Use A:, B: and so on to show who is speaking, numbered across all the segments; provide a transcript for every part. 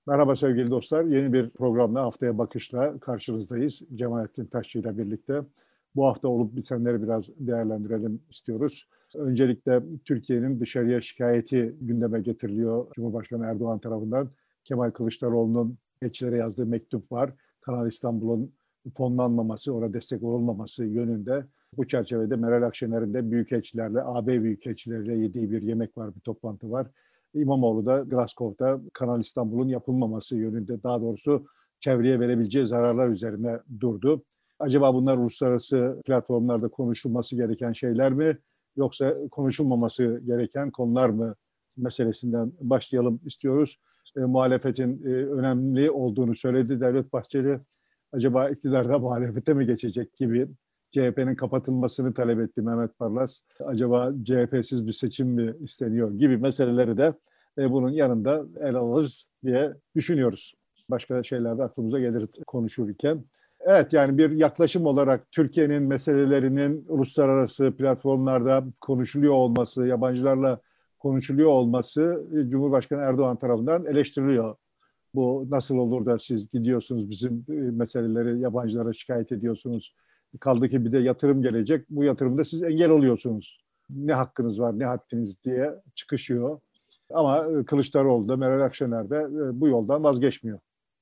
A: Merhaba sevgili dostlar. Yeni bir programla Haftaya Bakış'la karşınızdayız. Cemalettin Taşçı ile birlikte. Bu hafta olup bitenleri biraz değerlendirelim istiyoruz. Öncelikle Türkiye'nin dışarıya şikayeti gündeme getiriliyor. Cumhurbaşkanı Erdoğan tarafından Kemal Kılıçdaroğlu'nun elçilere yazdığı mektup var. Kanal İstanbul'un fonlanmaması, ona destek olunmaması yönünde. Bu çerçevede Meral Akşener'in de büyükelçilerle, AB büyükelçileriyle yediği bir yemek var, bir toplantı var. İmamoğlu da Glasgow'da Kanal İstanbul'un yapılmaması yönünde, daha doğrusu çevreye verebileceği zararlar üzerine durdu. Acaba bunlar uluslararası platformlarda konuşulması gereken şeyler mi, yoksa konuşulmaması gereken konular mı meselesinden başlayalım istiyoruz. Muhalefetin önemli olduğunu söyledi Devlet Bahçeli. Acaba iktidarda muhalefete mi geçecek gibi, CHP'nin kapatılmasını talep etti Mehmet Barlas. Acaba CHP'siz bir seçim mi isteniyor gibi meseleleri de bunun yanında ele alırız diye düşünüyoruz. Başka şeyler de aklımıza gelir konuşurken. Evet, yani bir yaklaşım olarak Türkiye'nin meselelerinin uluslararası platformlarda konuşuluyor olması, yabancılarla konuşuluyor olması Cumhurbaşkanı Erdoğan tarafından eleştiriliyor. Bu nasıl olur da siz gidiyorsunuz bizim meseleleri yabancılara şikayet ediyorsunuz. Kaldı ki bir de yatırım gelecek. Bu yatırımda siz engel oluyorsunuz. Ne hakkınız var, ne haddiniz diye çıkışıyor. Ama Kılıçdaroğlu da Meral Akşener de bu yoldan vazgeçmiyor.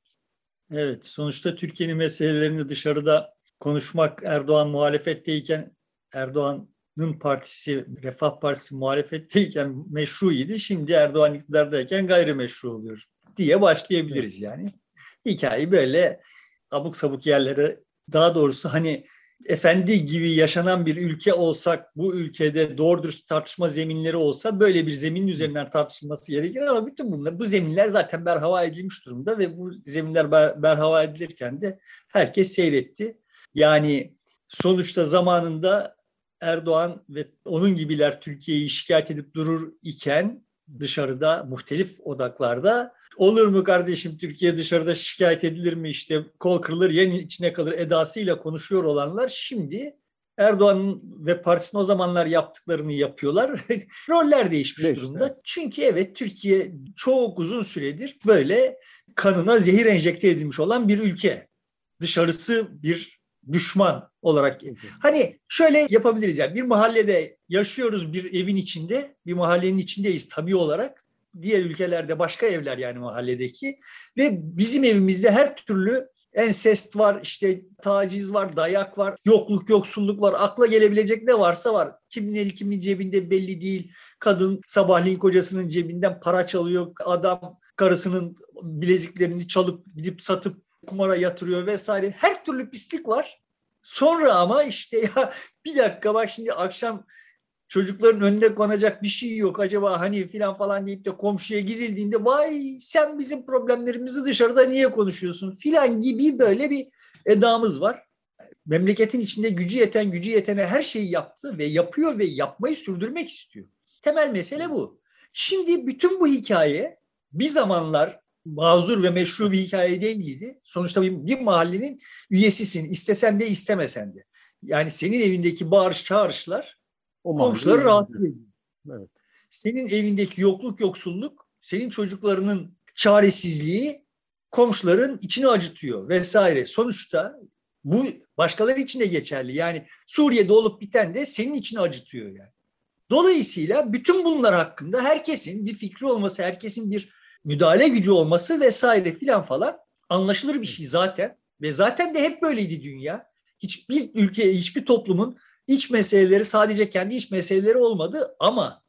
B: Evet, sonuçta Türkiye'nin meselelerini dışarıda konuşmak Erdoğan muhalefetteyken, Erdoğan'ın partisi, Refah Partisi muhalefetteyken meşruydu. Şimdi Erdoğan iktidardayken gayrimeşru oluyor diye başlayabiliriz yani. Hikaye böyle abuk sabuk yerlere, daha doğrusu hani efendi gibi yaşanan bir ülke olsak, bu ülkede doğru dürüst tartışma zeminleri olsa böyle bir zeminin üzerinden tartışılması gerekir, ama bütün bunlar, bu zeminler zaten berhava edilmiş durumda ve bu zeminler berhava edilirken de herkes seyretti. Yani sonuçta zamanında Erdoğan ve onun gibiler Türkiye'yi şikayet edip durur iken dışarıda, muhtelif odaklarda, olur mu kardeşim Türkiye dışarıda şikayet edilir mi, işte kol kırılır yerin içine kalır edasıyla konuşuyor olanlar şimdi Erdoğan ve partisinin o zamanlar yaptıklarını yapıyorlar. Roller değişmiş durumda. Çünkü evet, Türkiye çok uzun süredir böyle kanına zehir enjekte edilmiş olan bir ülke. Dışarısı bir düşman olarak. Hani şöyle yapabiliriz, yani bir mahallede yaşıyoruz, bir evin içinde, bir mahallenin içindeyiz tabii olarak. Diğer ülkelerde başka evler yani mahalledeki, ve bizim evimizde her türlü ensest var, işte taciz var, dayak var, yokluk, yoksulluk var, akla gelebilecek ne varsa var. Kimin eli kimin cebinde belli değil. Kadın sabahleyin kocasının cebinden para çalıyor, adam karısının bileziklerini çalıp gidip satıp kumara yatırıyor vesaire. Her türlü pislik var. Sonra ama işte ya bir dakika bak, şimdi akşam çocukların önüne konacak bir şey yok acaba hani filan falan deyip de komşuya gidildiğinde, vay sen bizim problemlerimizi dışarıda niye konuşuyorsun filan gibi böyle bir edamız var. Memleketin içinde gücü yeten, gücü yetene her şeyi yaptı ve yapıyor ve yapmayı sürdürmek istiyor. Temel mesele bu. Şimdi bütün bu hikaye bir zamanlar mazur ve meşru bir hikaye değildi. Sonuçta bir mahallenin üyesisin, istesen de istemesen de. Yani senin evindeki bağırış çağrışlar komşuları rahatsız ediyor. Evet. Senin evindeki yokluk, yoksulluk, senin çocuklarının çaresizliği komşuların içini acıtıyor vesaire. Sonuçta bu başkaları için de geçerli. Yani Suriye'de olup biten de senin içini acıtıyor yani. Dolayısıyla bütün bunlar hakkında herkesin bir fikri olması, herkesin bir müdahale gücü olması vesaire filan falan anlaşılır bir şey zaten. Ve zaten de hep böyleydi dünya. Hiçbir ülke, hiçbir toplumun iç meseleleri sadece kendi iç meseleleri olmadı, ama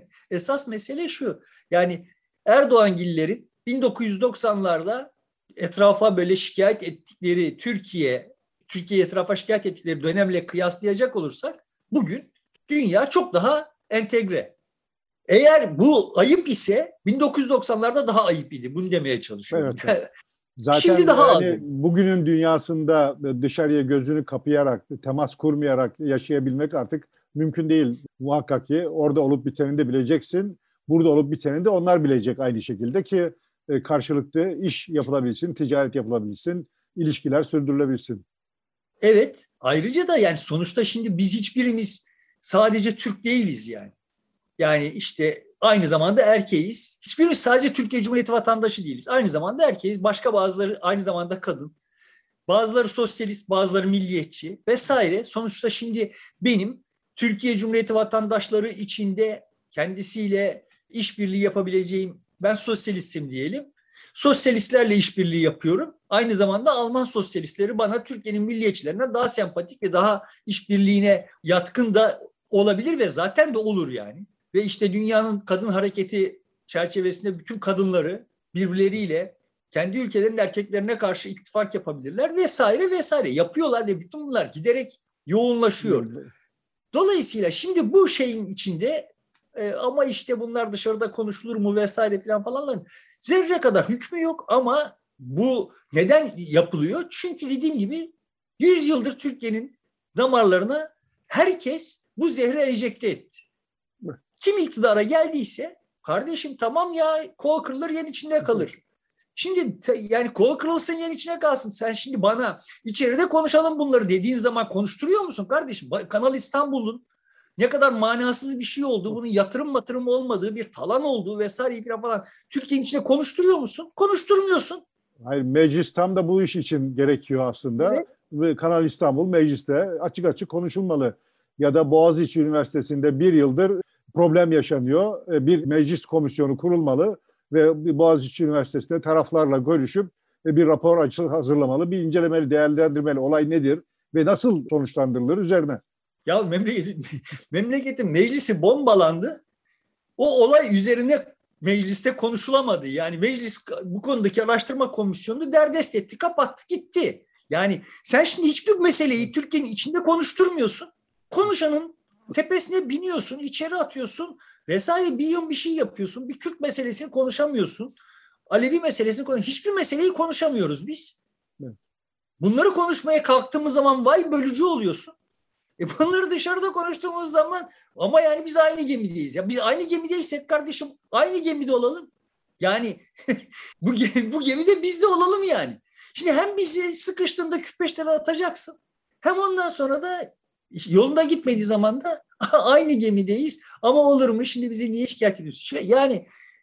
B: esas mesele şu. Yani Erdoğangillerin 1990'larda etrafa böyle şikayet ettikleri Türkiye etrafa şikayet ettikleri dönemle kıyaslayacak olursak bugün dünya çok daha entegre. Eğer bu ayıp ise 1990'larda daha ayıp idi. Bunu demeye çalışıyorum.
A: Evet. Zaten
B: şimdi daha
A: yani bugünün dünyasında dışarıya gözünü kapayarak, temas kurmayarak yaşayabilmek artık mümkün değil. Muhakkak ki orada olup biteni de bileceksin. Burada olup biteni de onlar bilecek aynı şekilde ki karşılıklı iş yapılabilsin, ticaret yapılabilsin, ilişkiler sürdürülebilsin.
B: Evet. Ayrıca da yani sonuçta şimdi biz hiçbirimiz sadece Türk değiliz yani. Yani işte aynı zamanda erkeğiz. Hiçbirimiz sadece Türkiye Cumhuriyeti vatandaşı değiliz. Aynı zamanda erkeğiz. Başka bazıları aynı zamanda kadın. Bazıları sosyalist, bazıları milliyetçi vesaire. Sonuçta şimdi benim Türkiye Cumhuriyeti vatandaşları içinde kendisiyle işbirliği yapabileceğim, ben sosyalistim diyelim. Sosyalistlerle işbirliği yapıyorum. Aynı zamanda Alman sosyalistleri bana Türkiye'nin milliyetçilerine daha sempatik ve daha işbirliğine yatkın da olabilir ve zaten de olur yani. Ve işte dünyanın kadın hareketi çerçevesinde bütün kadınları birbirleriyle kendi ülkelerinin erkeklerine karşı ittifak yapabilirler vesaire vesaire. Yapıyorlar ve bütün bunlar giderek yoğunlaşıyor. Dolayısıyla şimdi bu şeyin içinde ama işte bunlar dışarıda konuşulur mu vesaire falanların zerre kadar hükmü yok ama bu neden yapılıyor? Çünkü dediğim gibi 100 yıldır Türkiye'nin damarlarına herkes bu zehri enjekte etti. Kim iktidara geldiyse kardeşim tamam ya, kol kırılır yen içinde kalır. Şimdi yani kol kırılsın yen içine kalsın. Sen şimdi bana içeride konuşalım bunları dediğin zaman konuşturuyor musun kardeşim? Kanal İstanbul'un ne kadar manasız bir şey olduğu, bunun yatırım olmadığı, bir talan olduğu vesaire falan Türkiye'nin içinde konuşturuyor musun? Konuşturmuyorsun.
A: Hayır, meclis tam da bu iş için gerekiyor aslında.
B: Evet.
A: Ve Kanal İstanbul mecliste açık açık konuşulmalı. Ya da Boğaziçi Üniversitesi'nde bir yıldır problem yaşanıyor. Bir meclis komisyonu kurulmalı ve Boğaziçi Üniversitesi'nde taraflarla görüşüp bir rapor hazırlamalı, bir incelemeli, değerlendirmeli. Olay nedir ve nasıl sonuçlandırılır üzerine.
B: Ya memleketin meclisi bombalandı. O olay üzerine mecliste konuşulamadı. Yani meclis bu konudaki araştırma komisyonunu derdest etti, kapattı, gitti. Yani sen şimdi hiçbir meseleyi Türkiye'nin içinde konuşturmuyorsun. Konuşanın tepesine biniyorsun, içeri atıyorsun vesaire, bir yıl bir şey yapıyorsun. Bir Kürt meselesini konuşamıyorsun. Alevi meselesini konuşamıyorsun. Hiçbir meseleyi konuşamıyoruz biz.
A: Evet.
B: Bunları konuşmaya kalktığımız zaman vay bölücü oluyorsun. Bunları dışarıda konuştuğumuz zaman ama yani biz aynı gemideyiz. Ya biz aynı gemideysek kardeşim aynı gemide olalım. Yani bu gemide biz de olalım yani. Şimdi hem bizi sıkıştığında küpeşlere atacaksın. Hem ondan sonra da yolunda gitmediği zaman da aynı gemideyiz. Ama olur mu şimdi bizi niye şikayet ediyorsun? Yani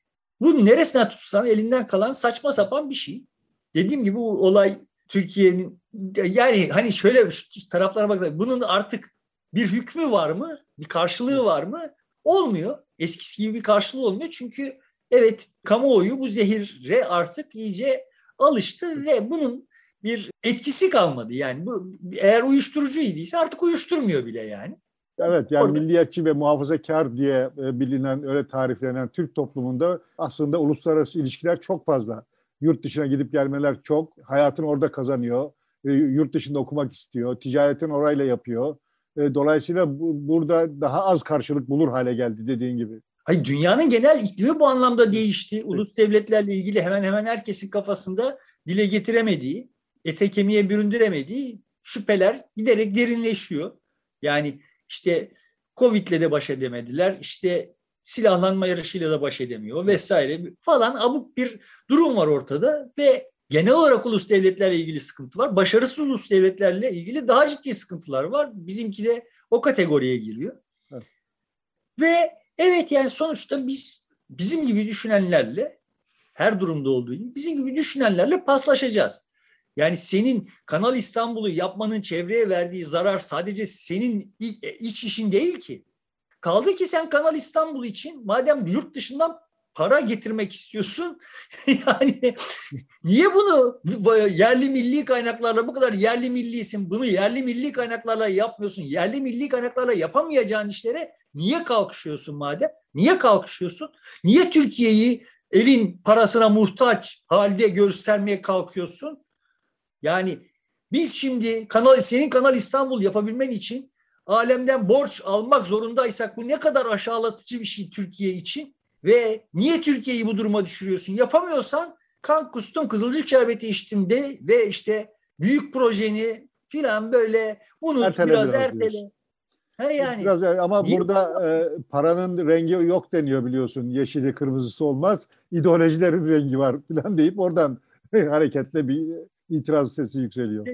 B: bu neresinden tutsan elinden kalan saçma sapan bir şey. Dediğim gibi bu olay Türkiye'nin yani hani şöyle taraflara bakalım. Bunun artık bir hükmü var mı? Bir karşılığı var mı? Olmuyor. Eskisi gibi bir karşılığı olmuyor. Çünkü evet kamuoyu bu zehire artık iyice alıştı ve bunun bir etkisi kalmadı. Yani bu eğer uyuşturucu idiyse artık uyuşturmuyor bile yani.
A: Evet, yani
B: Orada.
A: milliyetçi ve muhafazakar diye bilinen, öyle tariflenen Türk toplumunda aslında uluslararası ilişkiler çok fazla. Yurt dışına gidip gelmeler çok. Hayatını orada kazanıyor. Yurt dışında okumak istiyor. Ticaretini orayla yapıyor. Dolayısıyla burada daha az karşılık bulur hale geldi dediğin gibi.
B: Hayır, dünyanın genel iklimi bu anlamda değişti. Ulus devletlerle ilgili hemen hemen herkesin kafasında dile getiremediği, ete kemiğe büründüremediği şüpheler giderek derinleşiyor. Yani işte Covid'le de baş edemediler, işte silahlanma yarışıyla da baş edemiyor vesaire falan abuk bir durum var ortada ve genel olarak ulus devletlerle ilgili sıkıntı var. Başarısız ulus devletlerle ilgili daha ciddi sıkıntılar var. Bizimki de o kategoriye giriyor. Evet. Ve evet yani sonuçta bizim gibi düşünenlerle her durumda olduğu gibi bizim gibi düşünenlerle paslaşacağız. Yani senin Kanal İstanbul'u yapmanın çevreye verdiği zarar sadece senin iç işin değil ki. Kaldı ki sen Kanal İstanbul için madem yurt dışından para getirmek istiyorsun yani niye bunu yerli milli kaynaklarla bu kadar yerli millisin, bunu yerli milli kaynaklarla yapmıyorsun, yerli milli kaynaklarla yapamayacağın işlere niye kalkışıyorsun madem? Niye kalkışıyorsun? Niye Türkiye'yi elin parasına muhtaç halde göstermeye kalkıyorsun? Yani biz şimdi senin Kanal İstanbul yapabilmen için alemden borç almak zorundaysak bu ne kadar aşağılatıcı bir şey Türkiye için ve niye Türkiye'yi bu duruma düşürüyorsun? Yapamıyorsan kan kustum, kızılcık şerbeti içtim de ve işte büyük projeni filan böyle unut, biraz ertele. Yani
A: biraz ama
B: niye
A: burada paranın rengi yok deniyor biliyorsun. Yeşili kırmızısı olmaz. İdeolojilerin rengi var filan deyip oradan hareketle bir itiraz sesi yükseliyor.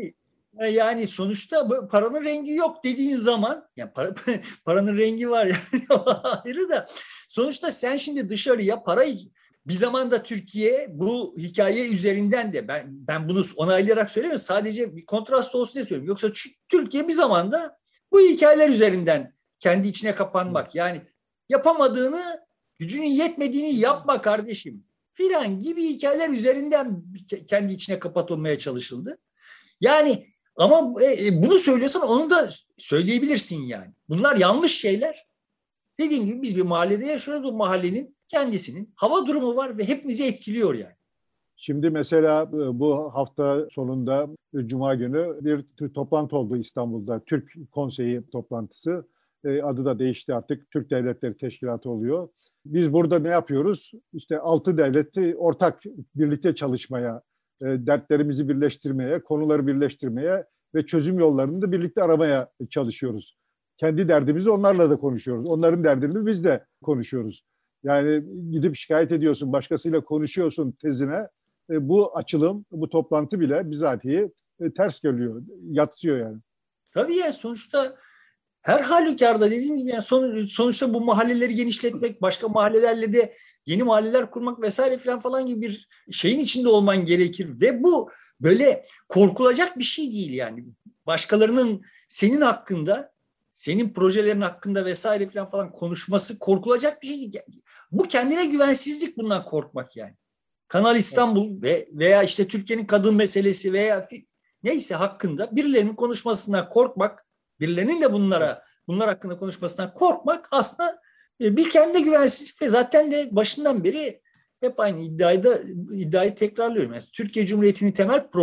B: Yani sonuçta paranın rengi yok dediğin zaman, yani paranın rengi var yani ayrı da, sonuçta sen şimdi dışarıya parayı, bir zamanda Türkiye bu hikaye üzerinden de, ben bunu onaylayarak söylemiyorum, sadece bir kontrast olsun diye söylüyorum. Yoksa Türkiye bir zamanda bu hikayeler üzerinden kendi içine kapanmak, yani yapamadığını, gücünün yetmediğini yapma kardeşim filan gibi hikayeler üzerinden kendi içine kapatılmaya çalışıldı. Yani ama bunu söylüyorsan onu da söyleyebilirsin yani. Bunlar yanlış şeyler. Dediğim gibi biz bir mahallede yaşıyoruz. Bu mahallenin kendisinin hava durumu var ve hepimizi etkiliyor yani.
A: Şimdi mesela bu hafta sonunda Cuma günü bir toplantı oldu İstanbul'da. Türk Konseyi toplantısı. Adı da değişti artık. Türk Devletleri Teşkilatı oluyor. Biz burada ne yapıyoruz? İşte 6 devleti ortak birlikte çalışmaya, dertlerimizi birleştirmeye, konuları birleştirmeye ve çözüm yollarını da birlikte aramaya çalışıyoruz. Kendi derdimizi onlarla da konuşuyoruz. Onların derdini biz de konuşuyoruz. Yani gidip şikayet ediyorsun, başkasıyla konuşuyorsun tezine. Bu açılım, bu toplantı bile bizatihi ters geliyor, yatsıyor yani.
B: Tabii ya, sonuçta her halükarda dediğim gibi yani sonuçta bu mahalleleri genişletmek, başka mahallelerle de yeni mahalleler kurmak vesaire falan gibi bir şeyin içinde olman gerekir. Ve bu böyle korkulacak bir şey değil yani. Başkalarının senin hakkında, senin projelerin hakkında vesaire falan konuşması korkulacak bir şey değil. Bu kendine güvensizlik, bundan korkmak yani. Kanal İstanbul veya işte Türkiye'nin kadın meselesi veya neyse hakkında birilerinin konuşmasından korkmak, birilerinin de bunlar hakkında konuşmasından korkmak aslında bir kendine güvensizlik ve zaten de başından beri hep aynı iddiayı tekrarlıyorum. Yani Türkiye Cumhuriyeti'nin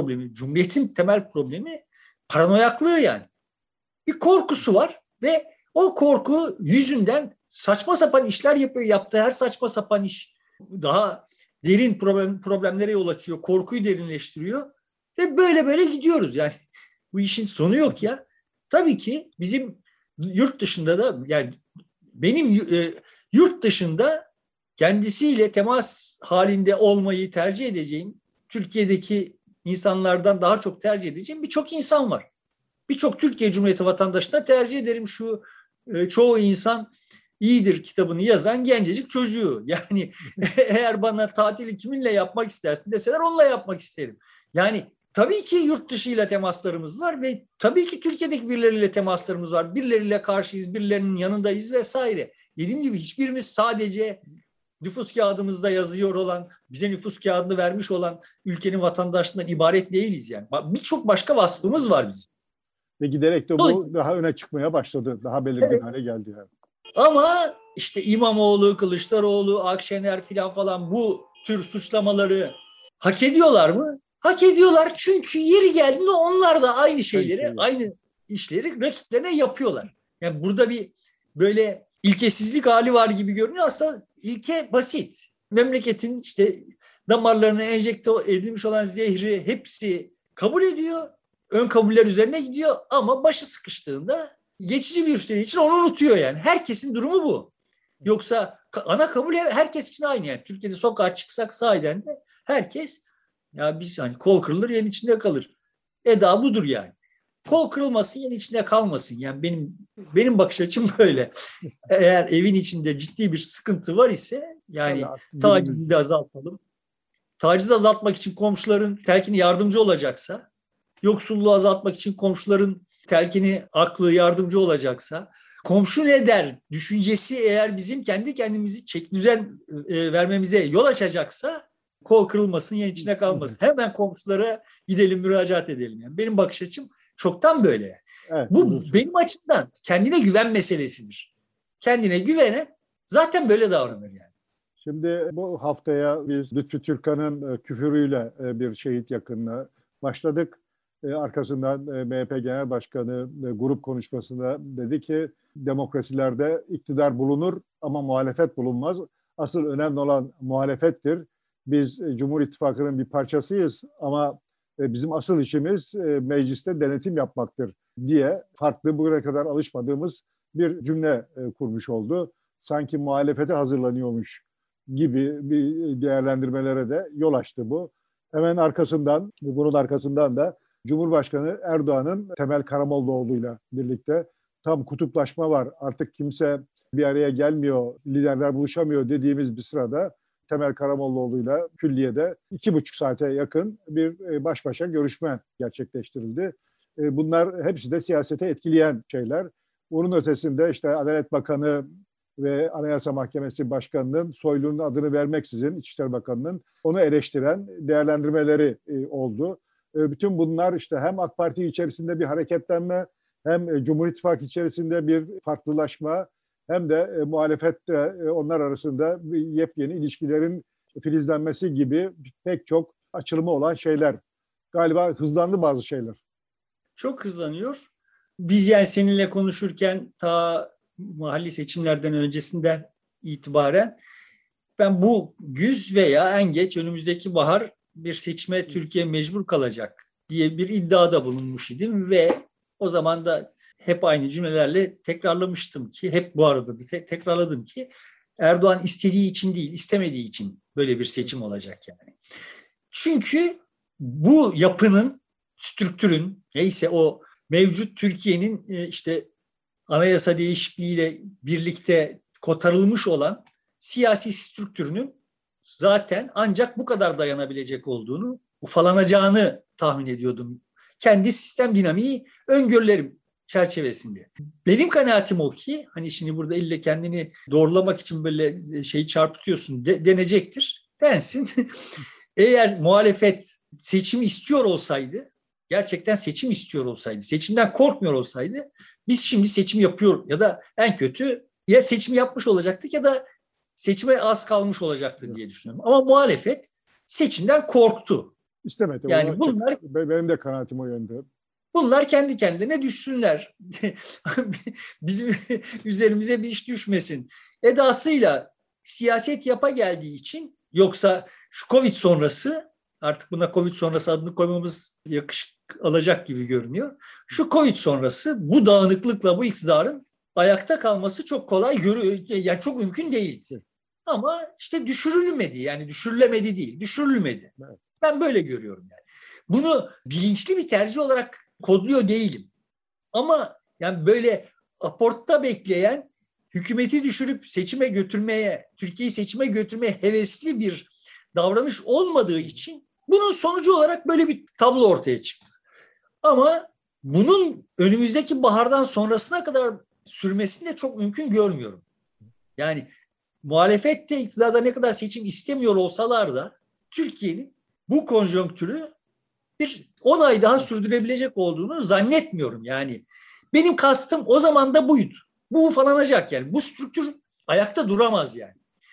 B: temel problemi paranoyaklığı yani. Bir korkusu var ve o korku yüzünden saçma sapan işler yapıyor. Yaptığı her saçma sapan iş daha derin problemlere yol açıyor. Korkuyu derinleştiriyor ve böyle gidiyoruz yani. Bu işin sonu yok ya. Tabii ki bizim yurt dışında da, yani benim yurt dışında kendisiyle temas halinde olmayı tercih edeceğim, Türkiye'deki insanlardan daha çok tercih edeceğim birçok insan var. Birçok Türkiye Cumhuriyeti vatandaşına tercih ederim. Çoğu insan iyidir kitabını yazan gencecik çocuğu. Yani eğer bana tatili kiminle yapmak istersin deseler onunla yapmak isterim. Yani tabii ki yurt dışıyla temaslarımız var ve tabii ki Türkiye'deki birileriyle temaslarımız var. Birileriyle karşıyız, birilerinin yanındayız vesaire. Dediğim gibi hiçbirimiz sadece nüfus kağıdımızda yazıyor olan, bize nüfus kağıdını vermiş olan ülkenin vatandaşlarından ibaret değiliz yani. Birçok başka vasfımız var bizim.
A: Ve giderek de bu daha öne çıkmaya başladı. Daha belirgin hale geldi yani.
B: Ama işte İmamoğlu, Kılıçdaroğlu, Akşener falan bu tür suçlamaları hak ediyorlar mı? Hak ediyorlar, çünkü yeri geldiğinde onlar da aynı şeyleri, aynı işleri rakiplerine yapıyorlar. Yani burada bir böyle ilkesizlik hali var gibi görünüyor. Aslında ilke basit. Memleketin işte damarlarına enjekte edilmiş olan zehri hepsi kabul ediyor. Ön kabuller üzerine gidiyor ama başı sıkıştığında geçici bir müşteri için onu unutuyor yani. Herkesin durumu bu. Yoksa ana kabul herkes için aynı yani. Türkiye'de sokağa çıksak sahiden de herkes, ya biz hani kol kırılır yen içinde kalır. Eda budur yani. Kol kırılmasın yen içinde kalmasın. Yani benim bakış açım böyle. Eğer evin içinde ciddi bir sıkıntı var ise yani tacizi de azaltalım. Tacizi azaltmak için komşuların telkini yardımcı olacaksa, yoksulluğu azaltmak için komşuların telkini, aklı yardımcı olacaksa, komşu ne der düşüncesi eğer bizim kendi kendimizi çek düzen vermemize yol açacaksa, kol kırılmasın, yen içine kalmasın. Hemen komşulara gidelim, müracaat edelim. Yani benim bakış açım çoktan böyle. Evet, bu benim açımdan kendine güven meselesidir. Kendine güvenen zaten böyle davranır yani.
A: Şimdi bu haftaya biz Lütfü Türkan'ın küfürüyle bir şehit yakınına başladık. Arkasından MHP Genel Başkanı grup konuşmasında dedi ki demokrasilerde iktidar bulunur ama muhalefet bulunmaz. Asıl önemli olan muhalefettir. Biz Cumhur İttifakı'nın bir parçasıyız ama bizim asıl işimiz mecliste denetim yapmaktır diye farklı, bugüne kadar alışmadığımız bir cümle kurmuş oldu. Sanki muhalefete hazırlanıyormuş gibi bir değerlendirmelere de yol açtı bu. Hemen arkasından, bunun arkasından da Cumhurbaşkanı Erdoğan'ın Temel Karamollaoğlu'yla birlikte tam kutuplaşma var. Artık kimse bir araya gelmiyor, liderler buluşamıyor dediğimiz bir sırada Temel Karamollaoğlu'yla külliyede 2,5 saate yakın bir baş başa görüşme gerçekleştirildi. Bunlar hepsi de siyasete etkileyen şeyler. Bunun ötesinde işte Adalet Bakanı ve Anayasa Mahkemesi Başkanı'nın Soylu'nun adını vermeksizin İçişleri Bakanı'nın onu eleştiren değerlendirmeleri oldu. Bütün bunlar işte hem AK Parti içerisinde bir hareketlenme, hem Cumhur İttifakı içerisinde bir farklılaşma, hem de muhalefette onlar arasında yepyeni ilişkilerin filizlenmesi gibi pek çok açılımı olan şeyler. Galiba hızlandı bazı şeyler.
B: Çok hızlanıyor. Biz yani seninle konuşurken ta mahalli seçimlerden öncesinden itibaren ben bu güz veya en geç önümüzdeki bahar bir seçime Türkiye mecbur kalacak diye bir iddiada bulunmuş idim ve o zaman da hep aynı cümlelerle tekrarlamıştım ki, hep bu arada da tekrarladım ki Erdoğan istediği için değil, istemediği için böyle bir seçim olacak yani. Çünkü bu yapının, strüktürün, neyse o mevcut Türkiye'nin işte anayasa değişikliğiyle birlikte kotarılmış olan siyasi strüktürünün zaten ancak bu kadar dayanabilecek olduğunu, ufalanacağını tahmin ediyordum. Kendi sistem dinamiği öngörülerim çerçevesinde. Benim kanaatim o ki, hani şimdi burada ille kendini doğrulamak için böyle şeyi çarpıtıyorsun denecektir, densin. Eğer muhalefet seçim istiyor olsaydı, gerçekten seçim istiyor olsaydı, seçimden korkmuyor olsaydı, biz şimdi seçim yapıyor ya da en kötü ya seçim yapmış olacaktık ya da seçime az kalmış olacaktı diye düşünüyorum. Ama muhalefet seçimden korktu.
A: İstemedi.
B: Yani bunlar,
A: benim de kanaatim o yönde.
B: Bunlar kendi kendine düşsünler. Bizim üzerimize bir iş düşmesin edasıyla siyaset yapa geldiği için, yoksa şu Covid sonrası, artık buna Covid sonrası adını koymamız yakışık alacak gibi görünüyor. Şu Covid sonrası bu dağınıklıkla bu iktidarın ayakta kalması çok kolay yani çok mümkün değil. Ama işte düşürülmedi, yani düşürülemedi değil, düşürülmedi. Evet. Ben böyle görüyorum yani. Bunu bilinçli bir tercih olarak kodluyor değilim. Ama yani böyle aportta bekleyen, hükümeti düşürüp seçime götürmeye, Türkiye'yi seçime götürmeye hevesli bir davranış olmadığı için bunun sonucu olarak böyle bir tablo ortaya çıktı. Ama bunun önümüzdeki bahardan sonrasına kadar sürmesini de çok mümkün görmüyorum. Yani muhalefet de iktidarda ne kadar seçim istemiyor olsalar da Türkiye'nin bu konjonktürü bir 10 ay daha sürdürebilecek olduğunu zannetmiyorum yani. Benim kastım o zaman da buydu. Bu ufalanacak yani. Bu strüktür ayakta duramaz yani.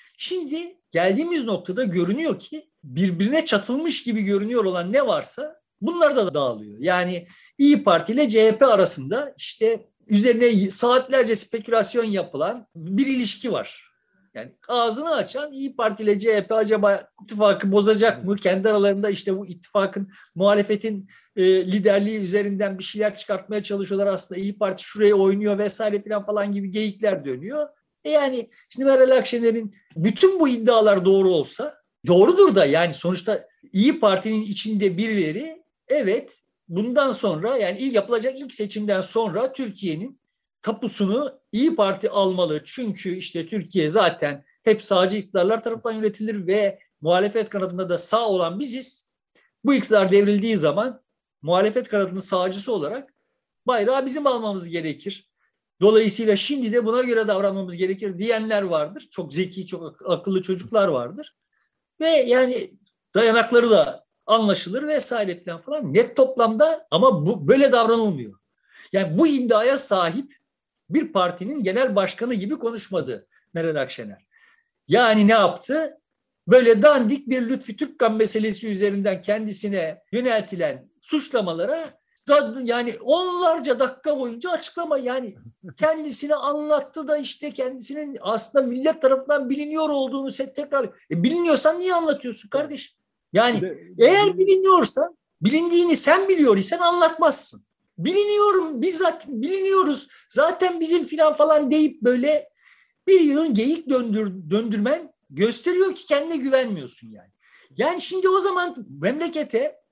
B: Şimdi geldiğimiz noktada görünüyor ki birbirine çatılmış gibi görünüyor olan ne varsa bunlar da dağılıyor. Yani İYİ Parti ile CHP arasında işte üzerine saatlerce spekülasyon yapılan bir ilişki var. Yani ağzını açan İYİ Parti ile CHP acaba ittifakı bozacak mı? Kendi aralarında işte bu ittifakın, muhalefetin liderliği üzerinden bir şeyler çıkartmaya çalışıyorlar. Aslında İYİ Parti şuraya oynuyor vesaire falan gibi geyikler dönüyor. Yani şimdi Meral Akşener'in bütün bu iddialar doğru olsa, doğrudur da yani sonuçta İYİ Parti'nin içinde birileri evet bundan sonra yani yapılacak ilk seçimden sonra Türkiye'nin tapusunu İYİ Parti almalı. Çünkü işte Türkiye zaten hep sağcı iktidarlar tarafından yönetilir ve muhalefet kanadında da sağ olan biziz. Bu iktidar devrildiği zaman muhalefet kanadının sağcısı olarak bayrağı bizim almamız gerekir. Dolayısıyla şimdi de buna göre davranmamız gerekir diyenler vardır. Çok zeki, çok akıllı çocuklar vardır. Ve yani dayanakları da anlaşılır vesaire falan. Net toplamda ama bu böyle davranılmıyor. Yani bu iddiaya sahip bir partinin genel başkanı gibi konuşmadı Meral Akşener. Yani ne yaptı? Böyle dandik bir Lütfi Türkkan meselesi üzerinden kendisine yöneltilen suçlamalara yani onlarca dakika boyunca açıklama, yani kendisini anlattı da işte kendisinin aslında millet tarafından biliniyor olduğunu tekrar biliniyorsan niye anlatıyorsun kardeşim? Yani eğer biliniyorsan, bilindiğini sen biliyor isen anlatmazsın. Biliniyorum, bizzat biliniyoruz. Zaten bizim falan deyip böyle bir yığın geyik döndürmen gösteriyor ki kendine güvenmiyorsun yani. Yani şimdi o zaman memlekete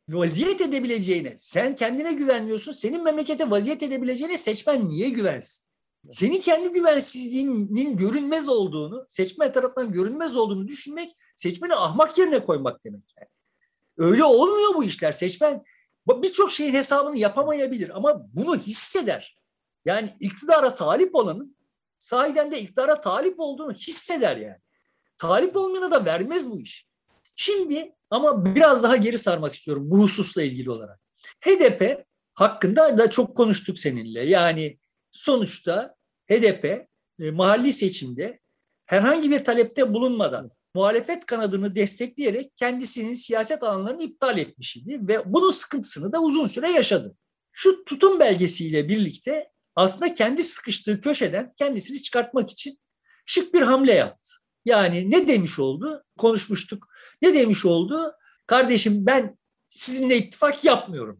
B: vaziyet edebileceğine, sen kendine güvenmiyorsun, senin memlekete vaziyet edebileceğine seçmen niye güvensin? Senin kendi güvensizliğinin görünmez olduğunu, seçmen tarafından görünmez olduğunu düşünmek, seçmeni ahmak yerine koymak demek yani. Öyle olmuyor bu işler. Seçmen birçok şeyin hesabını yapamayabilir ama bunu hisseder. Yani iktidara talip olanın sahiden de iktidara talip olduğunu hisseder yani. Talip olmayana da vermez bu iş. Şimdi ama biraz daha geri sarmak istiyorum bu hususla ilgili olarak. HDP hakkında da çok konuştuk seninle. Yani sonuçta HDP mahalli seçimde herhangi bir talepte bulunmadan muhalefet kanadını destekleyerek kendisinin siyaset alanlarını iptal etmiş idi ve bunun sıkıntısını da uzun süre yaşadı. Şu tutum belgesiyle birlikte aslında kendi sıkıştığı köşeden kendisini çıkartmak için şık bir hamle yaptı. Yani ne demiş oldu? Konuşmuştuk. Ne demiş oldu? Kardeşim ben sizinle ittifak yapmıyorum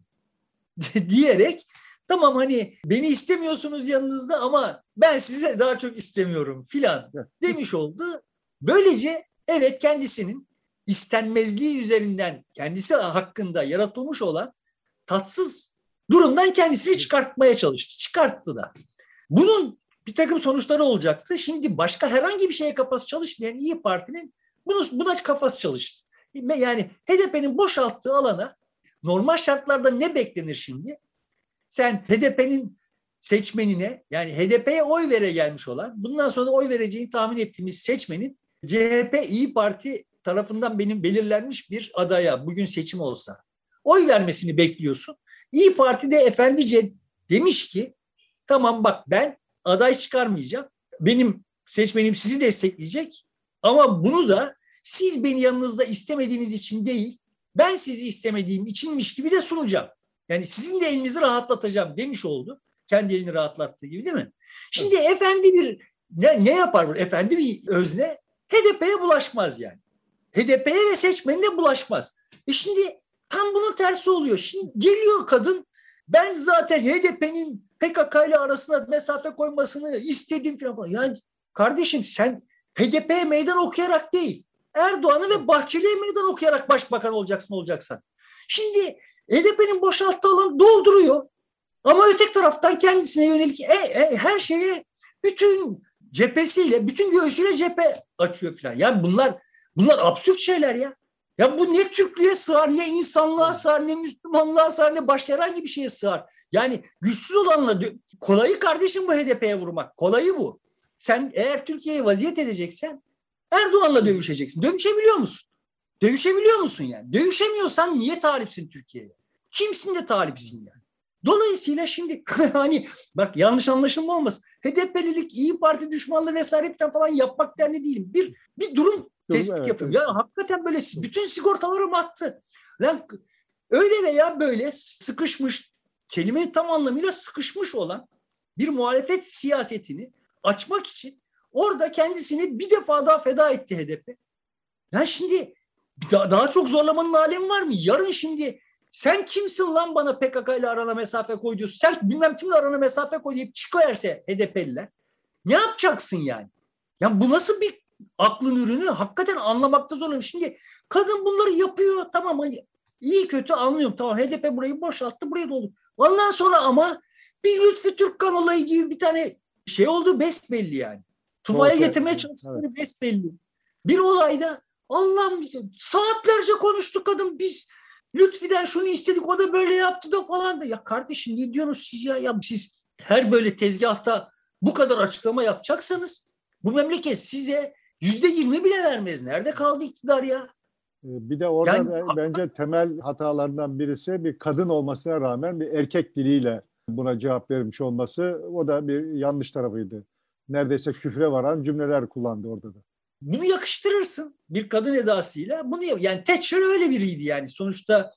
B: diyerek tamam hani beni istemiyorsunuz yanınızda ama ben sizi daha çok istemiyorum filan demiş oldu. Böylece evet kendisinin istenmezliği üzerinden kendisi hakkında yaratılmış olan tatsız durumdan kendisini çıkartmaya çalıştı. Çıkarttı da. Bunun bir takım sonuçları olacaktı. Şimdi başka herhangi bir şeye kafası çalışmayan İYİ Parti'nin buna kafası çalıştı. Yani HDP'nin boşalttığı alana normal şartlarda ne beklenir şimdi? Sen HDP'nin seçmenine yani HDP'ye oy gelmiş olan bundan sonra oy vereceğini tahmin ettiğimiz seçmenin CHP İYİ Parti tarafından benim belirlenmiş bir adaya bugün seçim olsa oy vermesini bekliyorsun. İYİ Parti de efendice demiş ki tamam bak ben aday çıkarmayacağım. Benim seçmenim sizi destekleyecek ama bunu da siz beni yanınızda istemediğiniz için değil ben sizi istemediğim içinmiş gibi de sunacağım. Yani sizin de elinizi rahatlatacağım demiş oldu. Kendi elini rahatlattığı gibi değil mi? Şimdi evet. Efendi bir ne yapar bu? Efendi bir özne HDP'ye bulaşmaz yani. HDP'ye ve seçmenine bulaşmaz. Şimdi tam bunun tersi oluyor. Şimdi geliyor kadın ben zaten HDP'nin PKK ile arasına mesafe koymasını istedim falan. Yani kardeşim sen HDP'ye meydan okuyarak değil Erdoğan'ı ve Bahçeli'ye meydan okuyarak başbakan olacaksan. Şimdi HDP'nin boşalttığı alanı dolduruyor. Ama öteki taraftan kendisine yönelik her şeye bütün cephesiyle, bütün göğsüyle cephe açıyor falan. Yani bunlar absürt şeyler ya. Ya bu ne Türklüğe sığar, ne insanlığa sığar, ne Müslümanlığa sığar, ne başka herhangi bir şeye sığar. Yani güçsüz olanla kolayı kardeşim bu HDP'ye vurmak. Kolayı bu. Sen eğer Türkiye'ye vaziyet edeceksen Erdoğan'la dövüşeceksin. Dövüşebiliyor musun? Dövüşebiliyor musun yani? Dövüşemiyorsan niye talipsin Türkiye'ye? Kimsin de talipsin yani? Dolayısıyla şimdi hani bak yanlış anlaşılma olmasın. HDP'lilik, İYİ Parti düşmanlığı vesaire falan yapmak derdi değilim. Bir durum tespit
A: evet,
B: yapıyorum. Evet. Ya hakikaten böyle bütün sigortalarım attı. Lan öyle veya böyle sıkışmış, kelimenin tam anlamıyla sıkışmış olan bir muhalefet siyasetini açmak için orada kendisini bir defa daha feda etti HDP. Yani şimdi daha çok zorlamanın alemi var mı? Yarın şimdi sen kimsin lan bana PKK ile arana mesafe koy diyorsun. Sen bilmem kimle arana mesafe koy deyip çıkıverse HDP'liler. Ne yapacaksın yani? Ya bu nasıl bir aklın ürünü? Hakikaten anlamakta zorlanıyorum. Şimdi kadın bunları yapıyor. Tamam hani iyi kötü anlıyorum. Tamam HDP burayı boşalttı. Burayı doldu. Ondan sonra ama bir Lütfü Türkkan olayı gibi bir tane şey oldu besbelli yani. Tufaya getirmeye çalıştıkları evet. Besbelli. Bir olayda Allah'ım saatlerce konuştuk kadın biz Lütfi'den şunu istedik o da böyle yaptı da falan da. Ya kardeşim ne diyorsunuz siz ya? Ya siz her böyle tezgahta bu kadar açıklama yapacaksanız bu memleket size %20 bile vermez. Nerede kaldı iktidar ya?
A: Bir de orada yani, bence temel hatalarından birisi bir kadın olmasına rağmen bir erkek diliyle buna cevap vermiş olması o da bir yanlış tarafıydı. Neredeyse küfre varan cümleler kullandı orada da.
B: Bunu yakıştırırsın bir kadın edasıyla. Bunu yani Thatcher öyle biriydi yani. Sonuçta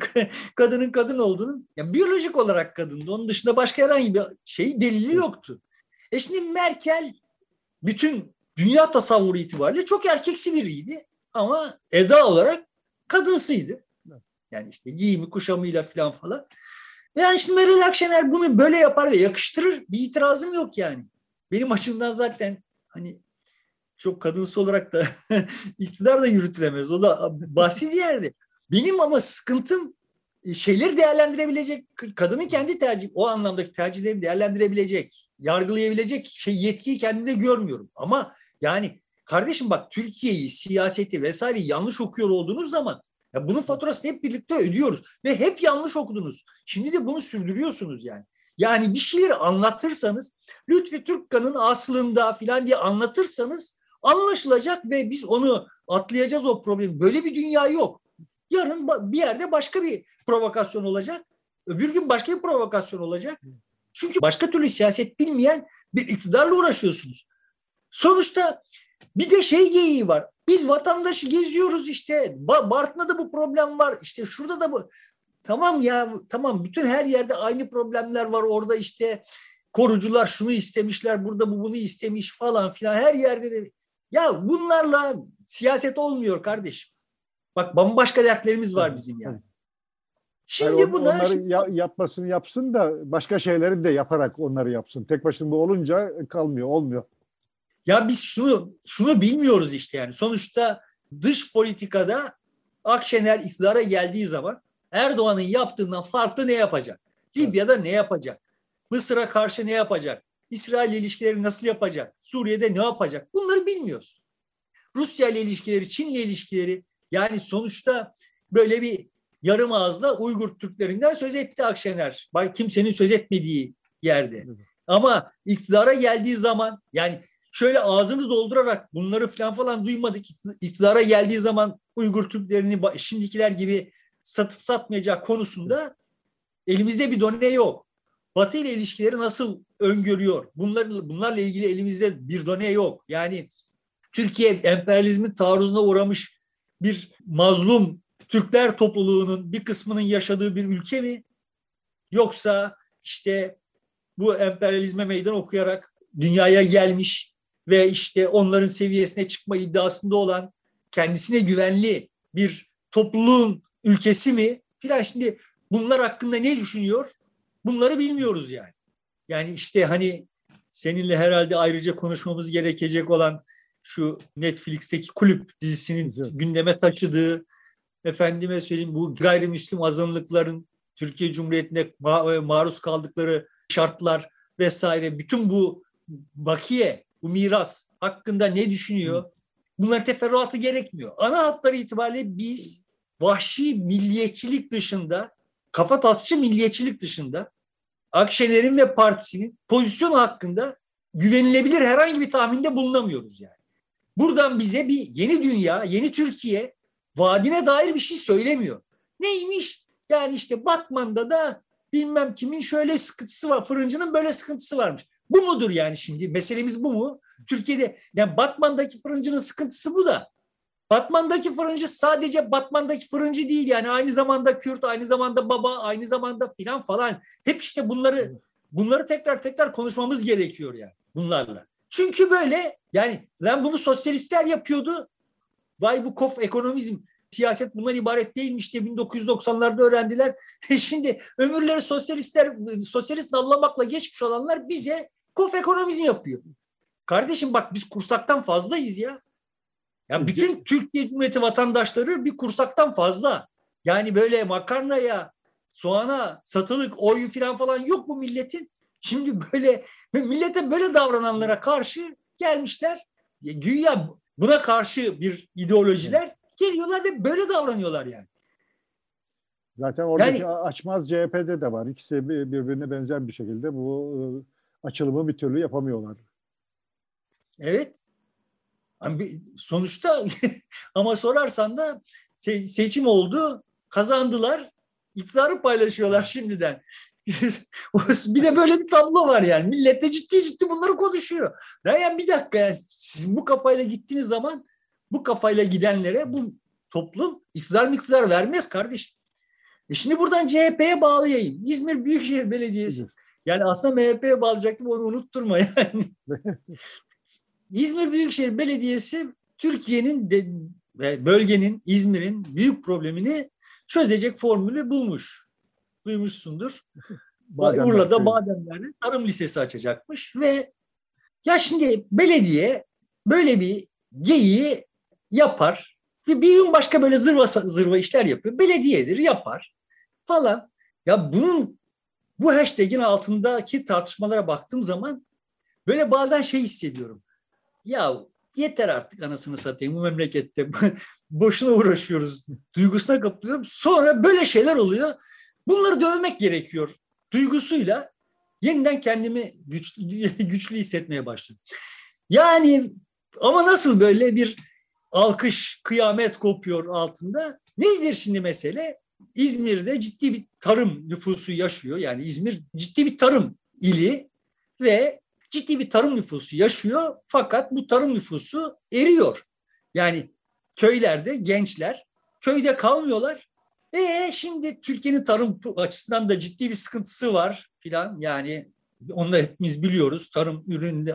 B: kadının kadın olduğunun yani biyolojik olarak kadındı. Onun dışında başka herhangi bir delili yoktu. Şimdi Merkel bütün dünya tasavvuru itibariyle çok erkeksi biriydi ama eda olarak kadınsıydı. Yani işte giyimi kuşamıyla falan. Yani şimdi Meral Akşener bunu böyle yapar ve yakıştırır. Bir itirazım yok yani. Benim açımdan zaten hani çok kadınsı olarak da iktidar da yürütülemez. O da bahsi diğerdi. Benim ama sıkıntım şeyleri değerlendirebilecek, kadının kendi tercih, o anlamdaki tercihlerini değerlendirebilecek, yargılayabilecek yetkiyi kendimde görmüyorum. Ama yani kardeşim bak, Türkiye'yi, siyaseti vesaireyi yanlış okuyor olduğunuz zaman ya bunun faturasını hep birlikte ödüyoruz ve hep yanlış okudunuz. Şimdi de bunu sürdürüyorsunuz yani. Yani bir şeyleri anlatırsanız, Lütfi Türkkan'ın aslında filan diye anlatırsanız anlaşılacak ve biz onu atlayacağız, o problemi. Böyle bir dünya yok. Yarın bir yerde başka bir provokasyon olacak. Öbür gün başka bir provokasyon olacak. Çünkü başka türlü siyaset bilmeyen bir iktidarla uğraşıyorsunuz. Sonuçta bir de geyiği var. Biz vatandaşı geziyoruz işte. Bartın'da da bu problem var. İşte şurada da bu. Tamam ya, tamam, bütün her yerde aynı problemler var. Orada işte korucular şunu istemişler, burada bu bunu istemiş falan filan, her yerde de. Ya bunlarla siyaset olmuyor kardeşim. Bak, bambaşka dertlerimiz var bizim yani.
A: Şimdi onları yapmasını yapsın da başka şeyleri de yaparak onları yapsın. Tek başına bu olunca kalmıyor, olmuyor.
B: Ya biz şunu bilmiyoruz işte yani. Sonuçta dış politikada Akşener iktidara geldiği zaman Erdoğan'ın yaptığından farklı ne yapacak? Libya'da ne yapacak? Mısır'a karşı ne yapacak? İsrail ilişkileri nasıl yapacak? Suriye'de ne yapacak? Bunları bilmiyoruz. Rusya ile ilişkileri, Çin ile ilişkileri, yani sonuçta böyle bir yarım ağızla Uygur Türklerinden söz etti Akşener. Kimsenin söz etmediği yerde. Ama iktidara geldiği zaman, yani şöyle ağzını doldurarak bunları falan duymadık. İktidara geldiği zaman Uygur Türklerini şimdikiler gibi satıp satmayacağı konusunda elimizde bir done yok. Batı ile ilişkileri nasıl öngörüyor? Bunlarla ilgili elimizde bir done yok. Yani Türkiye emperyalizmin taarruzuna uğramış bir mazlum Türkler topluluğunun bir kısmının yaşadığı bir ülke mi? Yoksa işte bu emperyalizme meydan okuyarak dünyaya gelmiş ve işte onların seviyesine çıkma iddiasında olan, kendisine güvenli bir topluluğun ülkesi mi? Filan, şimdi bunlar hakkında ne düşünüyor? Bunları bilmiyoruz yani. Yani işte hani seninle herhalde ayrıca konuşmamız gerekecek olan şu Netflix'teki Kulüp dizisinin gündeme taşıdığı, efendime söyleyeyim, bu gayrimüslim azınlıkların Türkiye Cumhuriyeti'nde maruz kaldıkları şartlar vesaire, bütün bu bakiye, bu miras hakkında ne düşünüyor? Bunların teferruatı gerekmiyor. Ana hatları itibariyle biz vahşi milliyetçilik dışında, kafatasçı milliyetçilik dışında Akşener'in ve partisinin pozisyonu hakkında güvenilebilir herhangi bir tahminde bulunamıyoruz yani. Buradan bize bir yeni dünya, yeni Türkiye vaadine dair bir şey söylemiyor. Neymiş? Yani işte Batman'da da bilmem kimin şöyle sıkıntısı var, fırıncının böyle sıkıntısı varmış. Bu mudur yani şimdi? Meselemiz bu mu? Türkiye'de yani Batman'daki fırıncının sıkıntısı bu da. Batman'daki fırıncı sadece Batman'daki fırıncı değil yani, aynı zamanda Kürt, aynı zamanda baba, aynı zamanda filan falan. Hep işte bunları tekrar konuşmamız gerekiyor yani bunlarla. Çünkü böyle yani, lan bunu sosyalistler yapıyordu. Vay bu kof ekonomizm, siyaset bundan ibaret değilmiş diye 1990'larda öğrendiler. Şimdi ömürleri sosyalist nallamakla geçmiş olanlar bize kof ekonomizm yapıyor. Kardeşim bak, biz kursaktan fazlayız ya. Yani bütün Türkiye Cumhuriyeti vatandaşları bir kursaktan fazla. Yani böyle makarnaya, soğana satılık oyu falan yok bu milletin. Şimdi böyle millete böyle davrananlara karşı gelmişler. Güya buna karşı bir ideolojiler geliyorlar ve böyle davranıyorlar yani.
A: Zaten oradaki açmaz CHP'de de var. İkisi birbirine benzer bir şekilde bu açılımı bir türlü yapamıyorlar.
B: Evet. Sonuçta ama sorarsan da seçim oldu, kazandılar, iktidarı paylaşıyorlar şimdiden. Bir de böyle bir tablo var yani. Millet de ciddi bunları konuşuyor. Yani bir dakika, yani siz bu kafayla gittiğiniz zaman bu kafayla gidenlere bu toplum iktidar vermez kardeşim. Şimdi buradan CHP'ye bağlayayım. İzmir Büyükşehir Belediyesi. Yani aslında MHP'ye bağlayacaktım, onu unutturma yani. İzmir Büyükşehir Belediyesi Türkiye'nin bölgenin, İzmir'in büyük problemini çözecek formülü bulmuş. Duymuşsundur. Urla'da Bademler'de tarım lisesi açacakmış ve ya şimdi belediye böyle bir geyiği yapar ve bir gün başka böyle zırva işler yapıyor. Belediyedir, yapar. falan. Ya bu hashtag'in altındaki tartışmalara baktığım zaman böyle bazen şey hissediyorum. Ya yeter artık anasını satayım bu memlekette. Boşuna uğraşıyoruz. Duygusuna kapılıyorum. Sonra böyle şeyler oluyor. Bunları dövmek gerekiyor. Duygusuyla yeniden kendimi güçlü hissetmeye başladım. Yani ama nasıl böyle bir alkış, kıyamet kopuyor altında? Nedir şimdi mesele? İzmir'de ciddi bir tarım nüfusu yaşıyor. Yani İzmir ciddi bir tarım ili ve ciddi bir tarım nüfusu yaşıyor. Fakat bu tarım nüfusu eriyor. Yani köylerde gençler köyde kalmıyorlar. Şimdi Türkiye'nin tarım açısından da ciddi bir sıkıntısı var filan. Yani onu da hepimiz biliyoruz. Tarım ürünü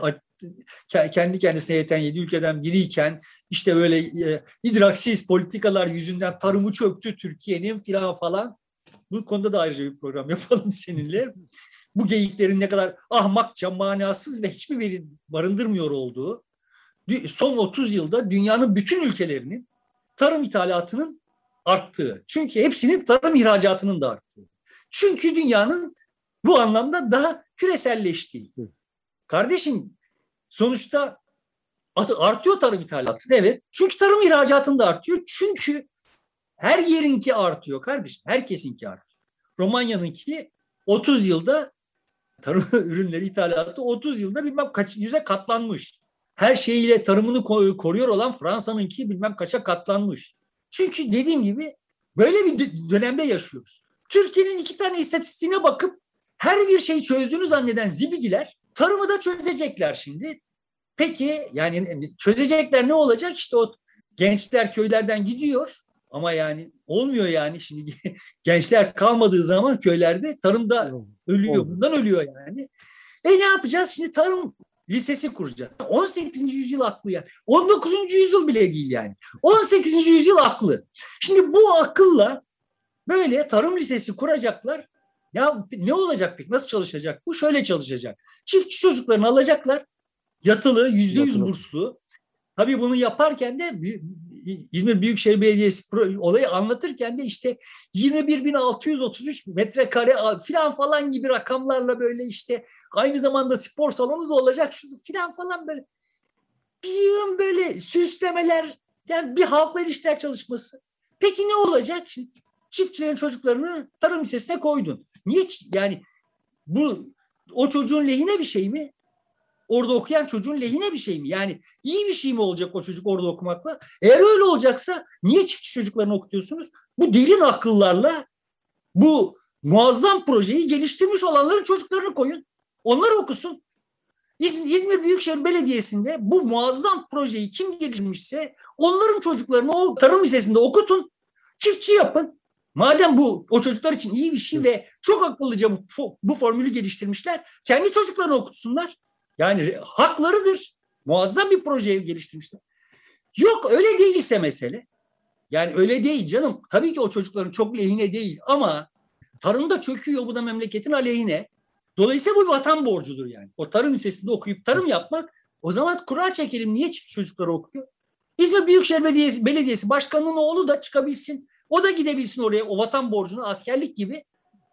B: kendi kendisine yeten 7 ülkeden biriyken işte böyle idraksiz politikalar yüzünden tarımı çöktü Türkiye'nin filan falan. Bu konuda da ayrıca bir program yapalım seninle. Bu geyiklerin ne kadar ahmakça, manasız ve hiçbir veri barındırmıyor olduğu, son 30 yılda dünyanın bütün ülkelerinin tarım ithalatının arttığı. Çünkü hepsinin tarım ihracatının da arttığı. Çünkü dünyanın bu anlamda daha küreselleştiği. Kardeşim sonuçta artıyor tarım ithalatı. Evet. Çünkü tarım ihracatın da artıyor. Çünkü her yerinki artıyor kardeşim. Herkesinki artıyor. Romanya'nınki 30 yılda tarım ürünleri ithalatı 30 yılda bilmem kaç yüze katlanmış. Her şeyiyle tarımını koruyor olan Fransa'nınki bilmem kaça katlanmış. Çünkü dediğim gibi böyle bir dönemde yaşıyoruz. Türkiye'nin 2 tane istatistiğine bakıp her bir şeyi çözdüğünü zanneden zibidiler tarımı da çözecekler şimdi. Peki yani çözecekler ne olacak? İşte o gençler köylerden gidiyor ama yani olmuyor yani şimdi gençler kalmadığı zaman köylerde tarımda ölüyor. Bundan ölüyor yani. Ne yapacağız? Şimdi tarım lisesi kuracağız. 18. yüzyıl aklı yani. 19. yüzyıl bile değil yani. 18. yüzyıl aklı. Şimdi bu akılla böyle tarım lisesi kuracaklar. Ya ne olacak peki? Nasıl çalışacak? Bu şöyle çalışacak. Çiftçi çocuklarını alacaklar. Yatılı, %100 burslu. Tabii bunu yaparken de İzmir Büyükşehir Belediyesi olayı anlatırken de işte 21.633 metrekare falan gibi rakamlarla böyle işte aynı zamanda spor salonu da olacak falan böyle süslemeler yani bir halkla ilişkiler çalışması. Peki ne olacak? Şimdi çiftçilerin çocuklarını tarım lisesine koydun. Niye yani o çocuğun lehine bir şey mi? Orada okuyan çocuğun lehine bir şey mi? Yani iyi bir şey mi olacak o çocuk orada okumakla? Eğer öyle olacaksa niye çiftçi çocuklarını okutuyorsunuz? Bu derin akıllarla bu muazzam projeyi geliştirmiş olanların çocuklarını koyun. Onlar okusun. İzmir Büyükşehir Belediyesi'nde bu muazzam projeyi kim geliştirmişse onların çocuklarını o tarım lisesinde okutun. Çiftçi yapın. Madem bu o çocuklar için iyi bir şey ve çok akıllıca bu formülü geliştirmişler, kendi çocuklarını okutsunlar. Yani haklarıdır. Muazzam bir projeyi geliştirmişler. Yok öyle değilse mesele. Yani öyle değil canım. Tabii ki o çocukların çok lehine değil ama tarımda çöküyor, bu da memleketin aleyhine. Dolayısıyla bu vatan borcudur yani. O tarım lisesinde okuyup tarım yapmak, o zaman kura çekelim. Niye çocukları okuyor? İzmir Büyükşehir Belediyesi Başkanı'nın oğlu da çıkabilsin. O da gidebilsin oraya, o vatan borcunu askerlik gibi.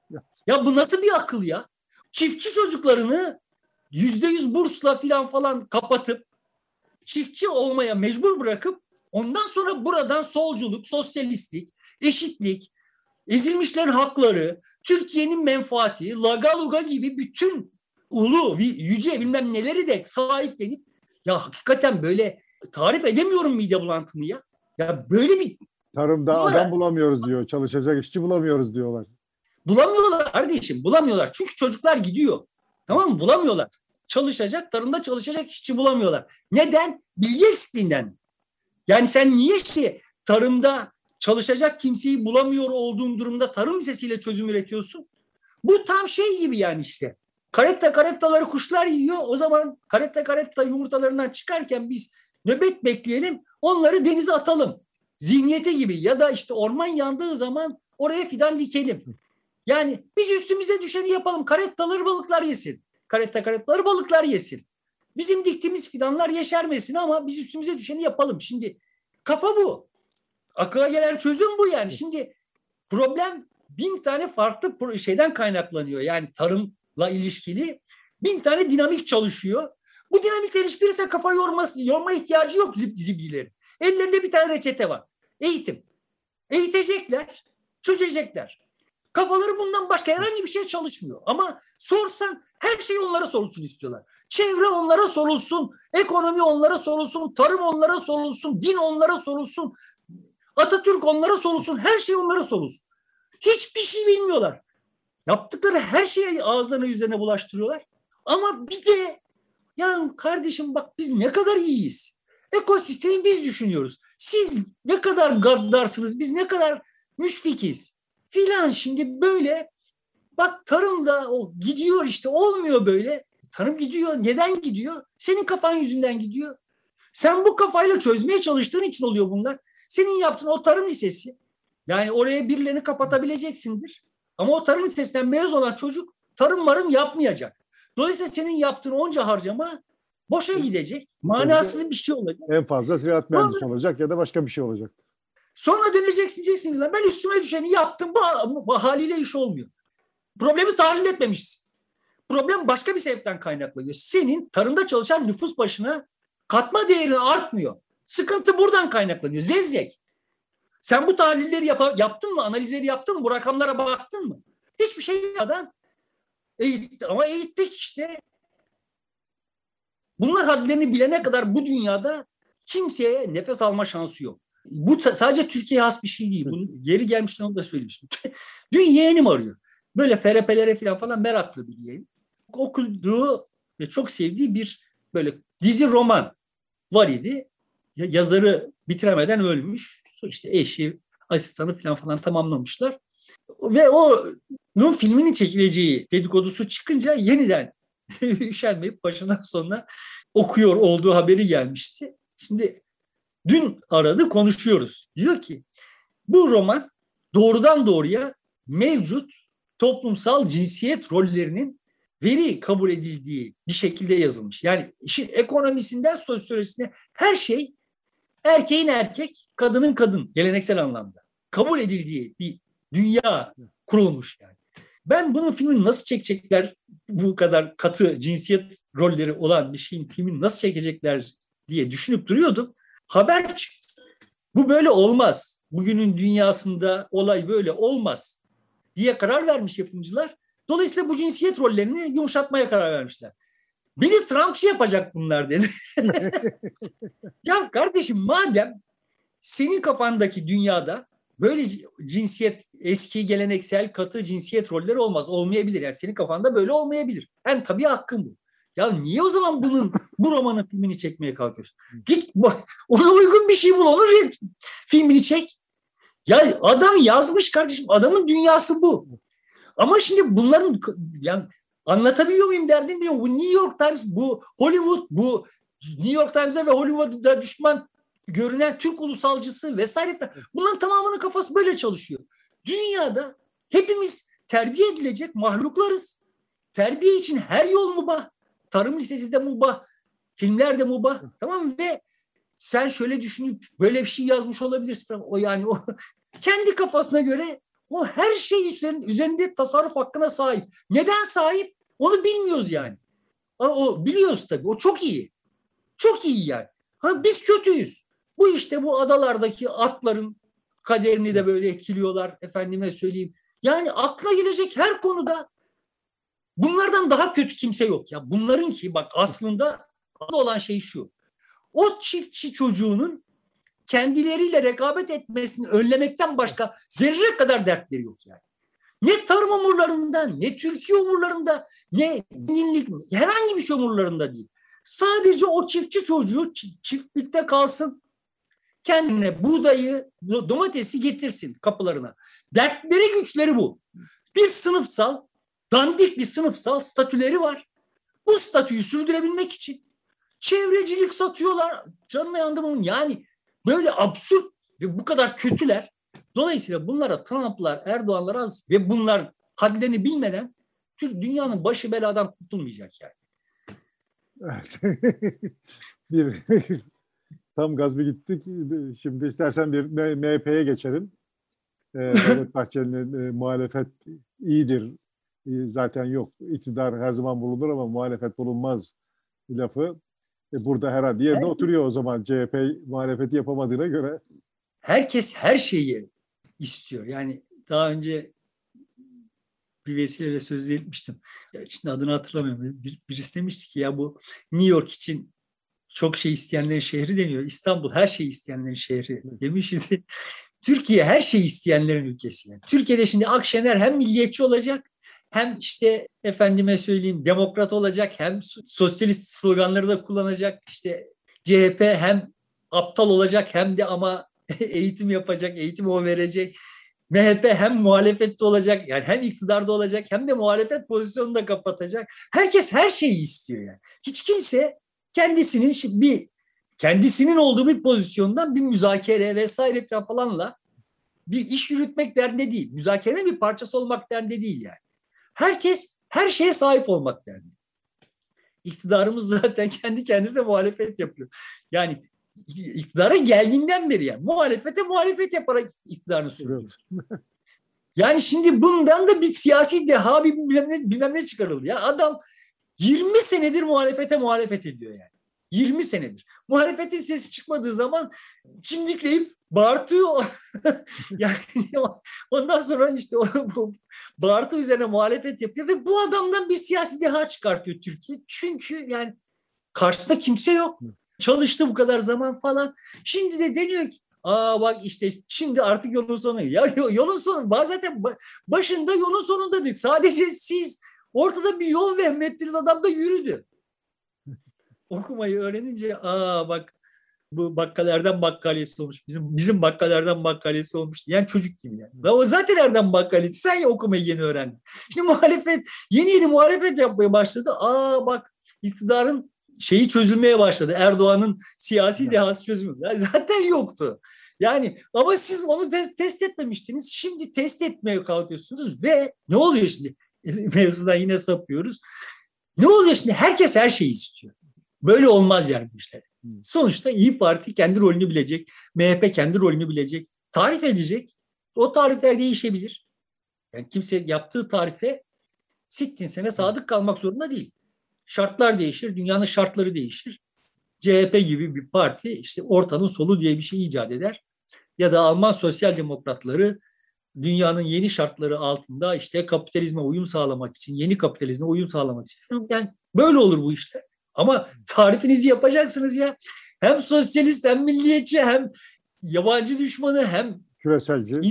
B: Ya bu nasıl bir akıl ya? Çiftçi çocuklarını %100 bursla falan kapatıp çiftçi olmaya mecbur bırakıp ondan sonra buradan solculuk, sosyalistlik, eşitlik, ezilmişlerin hakları, Türkiye'nin menfaati, lagaluga gibi bütün ulu, yüce bilmem neleri de sahiplenip ya hakikaten böyle tarif edemiyorum mide bulantımı ya. Ya böyle bir
A: tarımda adam bulamıyoruz diyor. Çalışacak işçi bulamıyoruz diyorlar.
B: Bulamıyorlar kardeşim, bulamıyorlar. Çünkü çocuklar gidiyor. Tamam mı? Bulamıyorlar. Tarımda çalışacak işçi bulamıyorlar. Neden? Bilgi eksikliğinden. Yani sen niye tarımda çalışacak kimseyi bulamıyor olduğun durumda tarım lisesiyle çözüm üretiyorsun? Bu tam şey gibi yani işte. Karettaları kuşlar yiyor. O zaman karetta yumurtalarından çıkarken biz nöbet bekleyelim. Onları denize atalım. Zihniyeti gibi ya da işte orman yandığı zaman oraya fidan dikelim. Yani biz üstümüze düşeni yapalım. Karettaları balıklar yesin. Karettaları balıklar yesin. Bizim diktiğimiz fidanlar yeşermesin ama biz üstümüze düşeni yapalım. Şimdi kafa bu. Akla gelen çözüm bu yani. Şimdi problem 1000 tane farklı şeyden kaynaklanıyor. Yani tarımla ilişkili 1000 tane dinamik çalışıyor. Bu dinamiklerin hiçbirisine kafa yorma ihtiyacı yok zibilerin. Ellerinde bir tane reçete var. Eğitim. Eğitecekler, çözecekler. Kafaları bundan başka herhangi bir şey çalışmıyor. Ama sorsan her şey onlara sorulsun istiyorlar. Çevre onlara sorulsun, ekonomi onlara sorulsun, tarım onlara sorulsun, din onlara sorulsun, Atatürk onlara sorulsun, her şey onlara sorulsun. Hiçbir şey bilmiyorlar. Yaptıkları her şeyi ağızlarına yüzlerine bulaştırıyorlar. Ama bir de ya kardeşim bak biz ne kadar iyiyiz. Ekosistemi biz düşünüyoruz. Siz ne kadar gaddarsınız, biz ne kadar müşfikiz filan. Şimdi böyle bak tarımda o gidiyor işte olmuyor böyle. Tarım gidiyor. Neden gidiyor? Senin kafan yüzünden gidiyor. Sen bu kafayla çözmeye çalıştığın için oluyor bunlar. Senin yaptığın o tarım lisesi, yani oraya birilerini kapatabileceksindir. Ama o tarım lisesinden mezun olan çocuk tarım marım yapmayacak. Dolayısıyla senin yaptığın onca harcama boşa gidecek. Manasız bir şey olacak.
A: En fazla ziraat mühendisi olacak ya da başka bir şey olacak.
B: Sonra döneceksin diyeceksin ben üstüme düşeni yaptım. Bu haliyle iş olmuyor. Problemi tahlil etmemişsin. Problem başka bir sebepten kaynaklanıyor. Senin tarımda çalışan nüfus başına katma değeri artmıyor. Sıkıntı buradan kaynaklanıyor. Zevzek. Sen bu tahlilleri yaptın mı? Analizleri yaptın mı? Bu rakamlara baktın mı? Hiçbir şey yapmadan ama eğittik işte. Bunlar hadlerini bilene kadar bu dünyada kimseye nefes alma şansı yok. Bu sadece Türkiye'ye has bir şey değil. Bunu geri gelmişken onu da söylemiştim. Dün yeğenim arıyor. Böyle FRP'lere falan meraklı bir yeğenim. Okuduğu ve çok sevdiği bir böyle dizi roman var idi. Yazarı bitiremeden ölmüş. İşte eşi, asistanı falan tamamlamışlar. Ve onun filminin çekileceği dedikodusu çıkınca yeniden üşenmeyip başından sonuna okuyor olduğu haberi gelmişti. Şimdi dün aradı konuşuyoruz. Diyor ki bu roman doğrudan doğruya mevcut toplumsal cinsiyet rollerinin veri kabul edildiği bir şekilde yazılmış. Yani işin ekonomisinden sosyolojisine her şey erkeğin erkek, kadının kadın geleneksel anlamda kabul edildiği bir dünya kurulmuş yani. Ben bunun filmini nasıl çekecekler, bu kadar katı cinsiyet rolleri olan bir şeyin filmini nasıl çekecekler diye düşünüp duruyordum. Haber çıktı. Bu böyle olmaz. Bugünün dünyasında olay böyle olmaz diye karar vermiş yapımcılar. Dolayısıyla bu cinsiyet rollerini yumuşatmaya karar vermişler. Beni Trumpçı yapacak bunlar dedi. Ya kardeşim madem senin kafandaki dünyada böyle cinsiyet, eski geleneksel katı cinsiyet rolleri olmaz. Olmayabilir. Yani senin kafanda böyle olmayabilir. En tabii hakkın bu. Ya niye o zaman bu romanın filmini çekmeye kalkıyorsun? Git ona uygun bir şey bul. Onun filmini çek. Ya adam yazmış kardeşim. Adamın dünyası bu. Ama şimdi bunların yani anlatabiliyor muyum derdim biliyorum. Bu New York Times, bu Hollywood, bu New York Times'a ve Hollywood'da düşman görünen Türk ulusalcısı vesaire. Bunların tamamının kafası böyle çalışıyor. Dünyada hepimiz terbiye edilecek mahluklarız. Terbiye için her yol mubah. Tarım lisesi de mubah. Filmler de mubah. Tamam mı? Ve sen şöyle düşünüp böyle bir şey yazmış olabilirsin. O yani o kendi kafasına göre o her şey üzerinde tasarruf hakkına sahip. Neden sahip? Onu bilmiyoruz yani. O biliyoruz tabii. O çok iyi. Çok iyi yani. Ha, biz kötüyüz. Bu işte bu adalardaki atların kaderini de böyle etkiliyorlar. Efendime söyleyeyim. Yani akla gelecek her konuda bunlardan daha kötü kimse yok. Ya bunların ki bak aslında olan şey şu. O çiftçi çocuğunun kendileriyle rekabet etmesini önlemekten başka zerre kadar dertleri yok yani. Ne tarım umurlarında, ne Türkiye umurlarında, ne zenginlik, herhangi bir şey umurlarında değil. Sadece o çiftçi çocuğu çiftlikte kalsın, kendine buğdayı, domatesi getirsin kapılarına. Dertleri güçleri bu. Bir sınıfsal, dandik bir sınıfsal statüleri var. Bu statüyü sürdürebilmek için çevrecilik satıyorlar. Canına yandım onun yani. Böyle absürt ve bu kadar kötüler. Dolayısıyla bunlara Trump'lar, Erdoğan'lar az ve bunlar hadlerini bilmeden dünyanın başı beladan kurtulmayacak yani.
A: Evet. bir tam gaz bir gittik. Şimdi istersen bir MHP'ye geçelim. Devlet Bahçeli'nin muhalefet iyidir, zaten yok. İktidar her zaman bulunur ama muhalefet bulunmaz lafı. Burada herhalde yerine oturuyor o zaman, CHP muhalefeti yapamadığına göre.
B: Herkes her şeyi istiyor. Yani daha önce bir vesileyle söz etmiştim. Ya şimdi adını hatırlamıyorum. Birisi demişti ki ya bu New York için çok şey isteyenlerin şehri deniyor. İstanbul her şey isteyenlerin şehri demişti. Türkiye her şeyi isteyenlerin ülkesi. Yani Türkiye'de şimdi Akşener hem milliyetçi olacak, hem işte efendime söyleyeyim demokrat olacak, hem sosyalist sloganları da kullanacak. İşte CHP hem aptal olacak hem de ama eğitim yapacak, eğitim o verecek. MHP hem muhalefette olacak, yani hem iktidarda olacak hem de muhalefet pozisyonunu da kapatacak. Herkes her şeyi istiyor yani. Hiç kimse kendisinin olduğu bir pozisyondan bir müzakere vesaire falanla bir iş yürütmek derdinde değil. Müzakerenin bir parçası olmak derdinde değil yani. Herkes her şeye sahip olmak derdinde. İktidarımız zaten kendi kendisine muhalefet yapıyor. Yani iktidara geldiğinden beri yani muhalefet yaparak iktidarını sürdürüyor. Yani şimdi bundan da bir siyasi deha bir bilmem ne çıkarıldı. Ya adam 20 senedir muhalefet ediyor yani. 20 senedir. Muhalefetin sesi çıkmadığı zaman çimdikleyip bağırtıyor. Yani ondan sonra işte o bağırtı üzerine muhalefet yapıyor ve bu adamdan bir siyasi deha çıkartıyor Türkiye. Çünkü yani karşısında kimse yok. Çalıştı bu kadar zaman falan. Şimdi de deniyor ki bak işte şimdi artık yolun sonu. Ya yolun sonu. Zaten başında yolun sonundaydık. Sadece siz ortada bir yol vehmettiniz, adam da yürüdü. Okumayı öğrenince bak bu bakkal Erdem bakkaliyesi olmuş. Bizim bakkal Erdem bakkaliyesi olmuş. Yani çocuk gibi yani. Ve o zaten Erdem bakkaliyeti. Sen ya okumayı yeni öğrendin. Şimdi yeni muhalefet yapmaya başladı. Bak iktidarın şeyi çözülmeye başladı. Erdoğan'ın siyasi dehası çözülmüyor. Zaten yoktu. Yani ama siz onu test etmemiştiniz. Şimdi test etmeye kalkıyorsunuz ve ne oluyor şimdi? Mevzudan yine sapıyoruz. Ne oluyor şimdi? Herkes her şeyi istiyor. Böyle olmaz yani bu işler. Sonuçta İYİ Parti kendi rolünü bilecek. MHP kendi rolünü bilecek. Tarif edecek. O tarifler değişebilir. Yani kimse yaptığı tarife 60 sene sadık kalmak zorunda değil. Şartlar değişir. Dünyanın şartları değişir. CHP gibi bir parti işte ortanın solu diye bir şey icat eder. Ya da Alman sosyal demokratları dünyanın yeni şartları altında işte kapitalizme uyum sağlamak için, yeni kapitalizme uyum sağlamak için. Yani böyle olur bu işler. Ama tarifinizi yapacaksınız ya. Hem sosyalist, hem milliyetçi, hem yabancı düşmanı, hem
A: küreselci,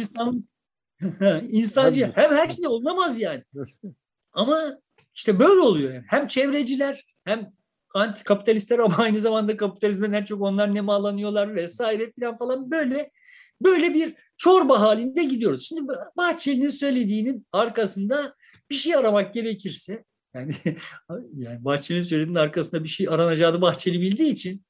B: insancı, hem her şey olamaz yani. Ama işte böyle oluyor yani. Hem çevreciler, hem anti kapitalistler ama aynı zamanda kapitalizmden en çok onlar nemalanıyorlar vesaire falan böyle bir çorba halinde gidiyoruz. Şimdi Bahçeli'nin söylediğinin arkasında bir şey aramak gerekirse yani Bahçeli'nin söylediğinin arkasında bir şey aranacağını Bahçeli bildiği için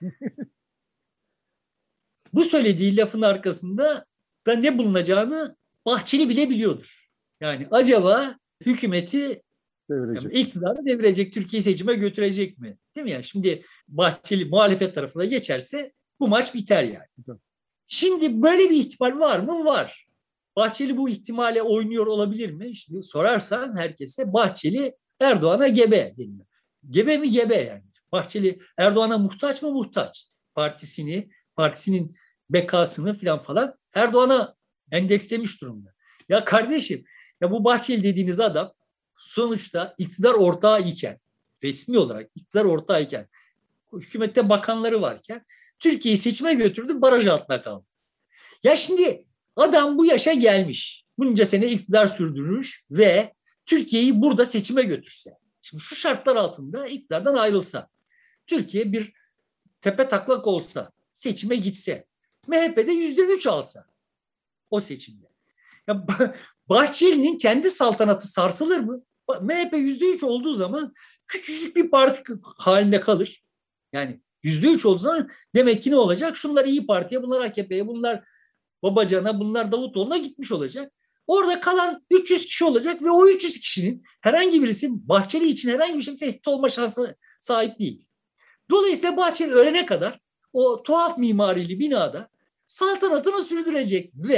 B: bu söylediği lafın arkasında da ne bulunacağını Bahçeli bile biliyordur. Yani acaba hükümeti iktidarı devirecek, Türkiye'yi seçime götürecek mi? Değil mi yani? Şimdi Bahçeli muhalefet tarafına geçerse bu maç biter yani. Şimdi böyle bir ihtimal var mı? Var. Bahçeli bu ihtimale oynuyor olabilir mi? Şimdi sorarsan herkese Bahçeli Erdoğan'a gebe deniyor. Gebe mi? Gebe yani. Bahçeli Erdoğan'a muhtaç mı? Muhtaç. Partisinin bekasını falan Erdoğan'a endekslemiş durumda. Ya kardeşim, ya bu Bahçeli dediğiniz adam sonuçta iktidar ortağı iken, resmi olarak iktidar ortağı iken, hükümette bakanları varken Türkiye'yi seçime götürdü, baraj altına kaldı. Ya şimdi adam bu yaşa gelmiş. Bunca sene iktidar sürdürmüş ve Türkiye'yi burada seçime götürse. Şimdi şu şartlar altında iktidardan ayrılsa, Türkiye bir tepe taklak olsa, seçime gitse, MHP'de %3 alsa o seçimde. Ya Bahçeli'nin kendi saltanatı sarsılır mı? MHP %3 olduğu zaman küçücük bir parti halinde kalır. Yani %3 olduğu zaman demek ki ne olacak? Şunlar İYİ Parti'ye, bunlar AKP'ye, bunlar Babacan'a, bunlar Davutoğlu'na gitmiş olacak. Orada kalan 300 kişi olacak ve o 300 kişinin herhangi birisi Bahçeli için herhangi bir şekilde tehdit olma şansı sahip değil. Dolayısıyla Bahçeli ölene kadar o tuhaf mimarili binada saltanatını sürdürecek ve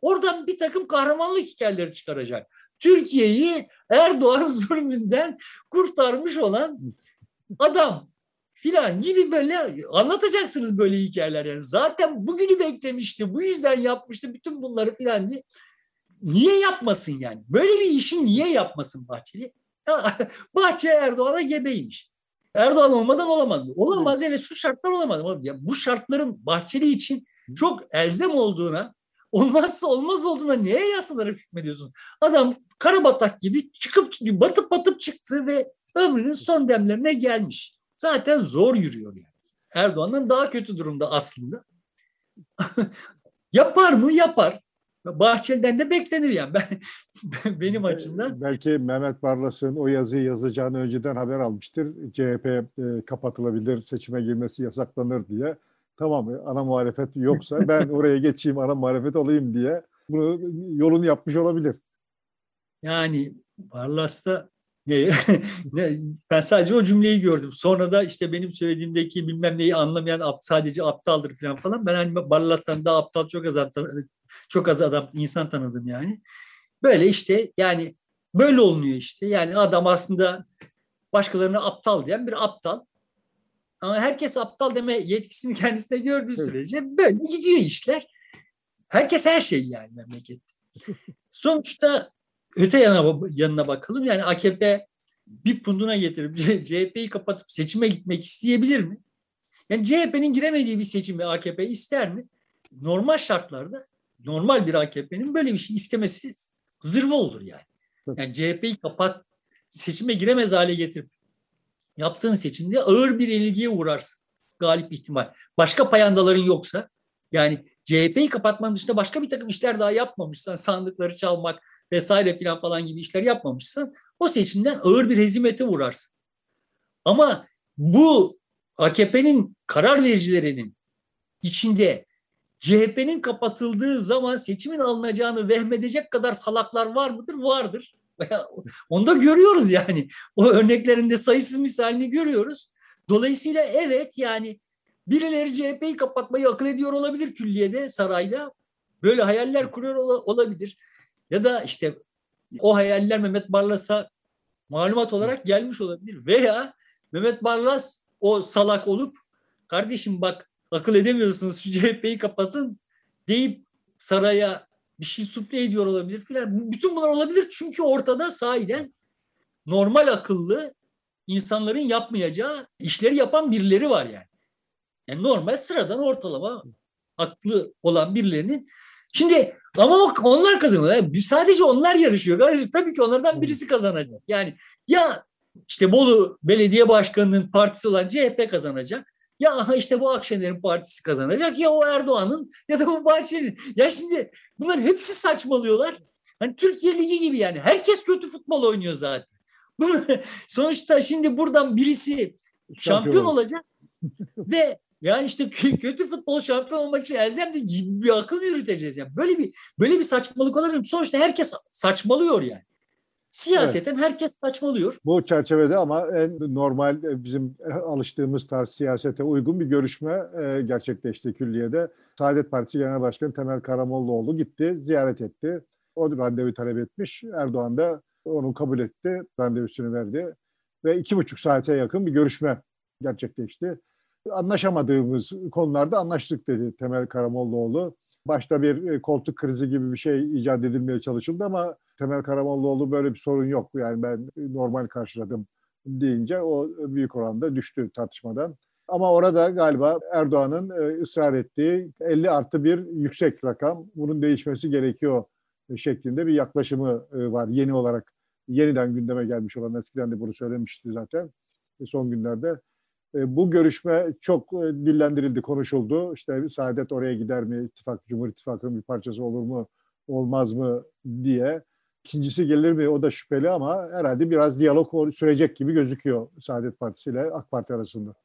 B: oradan bir takım kahramanlık hikayeleri çıkaracak. Türkiye'yi Erdoğan zulmünden kurtarmış olan adam filan gibi böyle anlatacaksınız böyle hikayeler yani. Zaten bugünü beklemişti, bu yüzden yapmıştı bütün bunları filan diye. Niye yapmasın yani? Böyle bir işi niye yapmasın Bahçeli? Bahçeli Erdoğan'a gebeymiş. Erdoğan olmadan olamadı. Olamaz, evet, şu şartlar olamadı. Ya bu şartların Bahçeli için çok elzem olduğuna, olmazsa olmaz olduğuna neye yaslayarak hükmediyorsun? Adam karabatak gibi çıkıp batıp batıp çıktı ve ömrünün son demlerine gelmiş. Zaten zor yürüyor yani. Erdoğan'dan daha kötü durumda aslında. Yapar mı? Yapar. Bahçeli'den de beklenir yani. Benim açımdan.
A: Belki Mehmet Barlas'ın o yazıyı yazacağını önceden haber almıştır. CHP kapatılabilir, seçime girmesi yasaklanır diye. Tamam, ana muhalefet yoksa ben oraya geçeyim, ana muhalefet olayım diye bunu yolunu yapmış olabilir.
B: Yani Barlas'ta ben sadece o cümleyi gördüm. Sonra da işte benim söylediğimdeki bilmem neyi anlamayan sadece aptaldır falan. Ben hani Barlas'tan daha aptal çok az adam insan tanıdım yani. Böyle işte yani böyle oluyor işte. Yani adam aslında başkalarına aptal diyen bir aptal. Ama herkes aptal deme yetkisini kendisine gördüğü sürece böyle gidiyor işler. Herkes her şey yani memlekette. Sonuçta öte yanına bakalım. Yani AKP bir punduna getirip CHP'yi kapatıp seçime gitmek isteyebilir mi? Yani CHP'nin giremediği bir seçimi AKP ister mi? Normal şartlarda normal bir AKP'nin böyle bir şey istemesi zırva olur yani. Yani CHP'yi kapat, seçime giremez hale getirip yaptığın seçimde ağır bir yenilgiye uğrarsın. Galip ihtimal. Başka payandaların yoksa, yani CHP'yi kapatmanın dışında başka bir takım işler daha yapmamışsan, sandıkları çalmak vesaire falan gibi işler yapmamışsan o seçimden ağır bir hezimete uğrarsın. Ama bu AKP'nin karar vericilerinin içinde CHP'nin kapatıldığı zaman seçimin alınacağını vehmedecek kadar salaklar var mıdır? Vardır. Onu da görüyoruz yani. O örneklerinde sayısız misalini görüyoruz. Dolayısıyla evet yani birileri CHP'yi kapatmayı akıl ediyor olabilir külliyede, sarayda. Böyle hayaller kuruyor olabilir. Ya da işte o hayaller Mehmet Barlas'a malumat olarak gelmiş olabilir. Veya Mehmet Barlas o salak olup kardeşim bak akıl edemiyorsunuz şu CHP'yi kapatın deyip saraya bir şey sufle ediyor olabilir filan. Bütün bunlar olabilir çünkü ortada sahiden normal akıllı insanların yapmayacağı işleri yapan birileri var yani. Yani normal sıradan ortalama aklı olan birilerinin. Şimdi ama onlar kazanıyor. Sadece onlar yarışıyor. Tabii ki onlardan birisi kazanacak. Yani ya işte Bolu Belediye Başkanı'nın partisi olan CHP kazanacak. Ya işte bu Akşener'in partisi kazanacak. Ya o Erdoğan'ın ya da bu Bahçeli'nin. Ya şimdi bunların hepsi saçmalıyorlar. Hani Türkiye Ligi gibi yani. Herkes kötü futbol oynuyor zaten. Sonuçta şimdi buradan birisi şampiyon olacak ve yani işte kötü futbol şampiyon olmak için elzem de bir akıl mı yürüteceğiz yani? Böyle bir saçmalık olabilir mi? Sonuçta herkes saçmalıyor yani. Siyaseten herkes saçmalıyor.
A: Bu çerçevede ama en normal bizim alıştığımız tarz siyasete uygun bir görüşme gerçekleşti külliyede. Saadet Partisi Genel Başkanı Temel Karamollaoğlu gitti, ziyaret etti. O randevu talep etmiş. Erdoğan da onu kabul etti, randevusunu verdi. Ve 2,5 saate yakın bir görüşme gerçekleşti. Anlaşamadığımız konularda anlaştık dedi Temel Karamollaoğlu. Başta bir koltuk krizi gibi bir şey icat edilmeye çalışıldı ama Temel Karamollaoğlu böyle bir sorun yok. Yani ben normal karşıladım deyince o büyük oranda düştü tartışmadan. Ama orada galiba Erdoğan'ın ısrar ettiği 50+1 yüksek rakam, bunun değişmesi gerekiyor şeklinde bir yaklaşımı var. Yeni olarak yeniden gündeme gelmiş olan, eskiden de bunu söylemişti zaten son günlerde. Bu görüşme çok dillendirildi, konuşuldu. İşte Saadet oraya gider mi, Cumhur İttifakı'nın bir parçası olur mu, olmaz mı diye. İkincisi gelir mi o da şüpheli ama herhalde biraz diyalog sürecek gibi gözüküyor Saadet Partisi ile AK Parti arasında.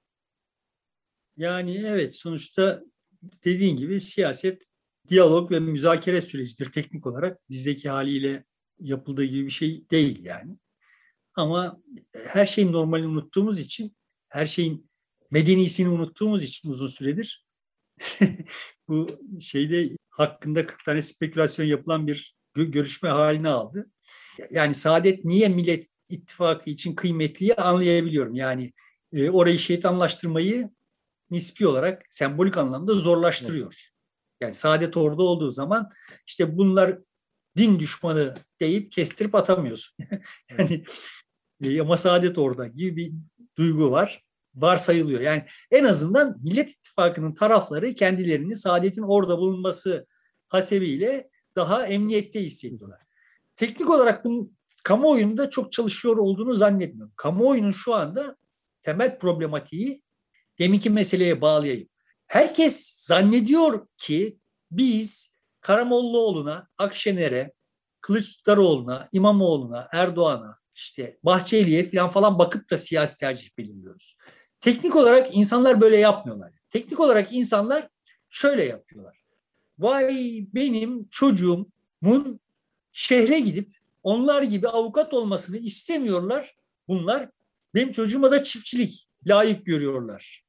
B: Yani evet, sonuçta dediğin gibi siyaset diyalog ve müzakere sürecidir teknik olarak. Bizdeki haliyle yapıldığı gibi bir şey değil yani. Ama her şeyin normalini unuttuğumuz için, her şeyin medeniyesini unuttuğumuz için uzun süredir bu şeyde hakkında 40 tane spekülasyon yapılan bir görüşme haline aldı. Yani Saadet niye Millet İttifakı için kıymetliyi anlayabiliyorum. Yani orayı şeytanlaştırmayı nispi olarak sembolik anlamda zorlaştırıyor. Yani Saadet orada olduğu zaman işte bunlar din düşmanı deyip kestirip atamıyorsun. Yani ama Saadet orada gibi bir duygu var. Varsayılıyor. Yani en azından Millet İttifakı'nın tarafları kendilerini Saadet'in orada bulunması hasebiyle daha emniyette hissediyorlar. Teknik olarak bunun kamuoyunda çok çalışıyor olduğunu zannetmiyorum. Kamuoyunun şu anda temel problematiği deminki meseleye bağlayayım. Herkes zannediyor ki biz Karamollaoğlu'na, Akşener'e, Kılıçdaroğlu'na, İmamoğlu'na, Erdoğan'a, işte Bahçeli'ye falan bakıp da siyasi tercih belirliyoruz. Teknik olarak insanlar böyle yapmıyorlar. Teknik olarak insanlar şöyle yapıyorlar. Vay benim çocuğumun şehre gidip onlar gibi avukat olmasını istemiyorlar. Bunlar benim çocuğuma da çiftçilik layık görüyorlar.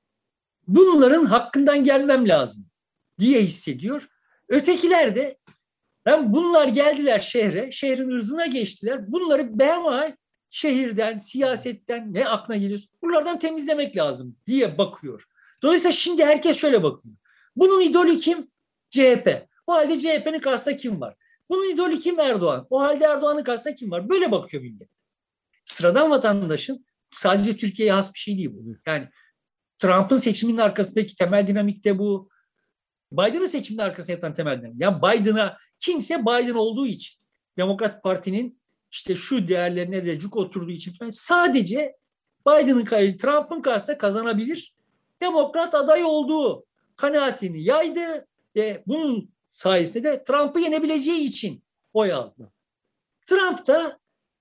B: Bunların hakkından gelmem lazım diye hissediyor. Ötekiler de bunlar geldiler şehre, şehrin ırzına geçtiler. Bunları behemay şehirden, siyasetten ne aklına geliyorsa buralardan temizlemek lazım diye bakıyor. Dolayısıyla şimdi herkes şöyle bakıyor. Bunun idolü kim? CHP. O halde CHP'nin karşısında kim var? Bunun idolü kim? Erdoğan. O halde Erdoğan'ın karşısında kim var? Böyle bakıyor millet. Sıradan vatandaşın sadece Türkiye'ye has bir şey değil bu. Yani Trump'ın seçiminin arkasındaki temel dinamik de bu. Biden'ın seçiminin arkasında yatan temel dinamik. Yani Biden'a kimse Biden olduğu için, Demokrat Parti'nin işte şu değerlerine de cuk oturduğu için falan, sadece Trump'ın karşısında kazanabilir Demokrat aday olduğu kanaatini yaydı ve bunun sayesinde de Trump'ı yenebileceği için oy aldı. Trump da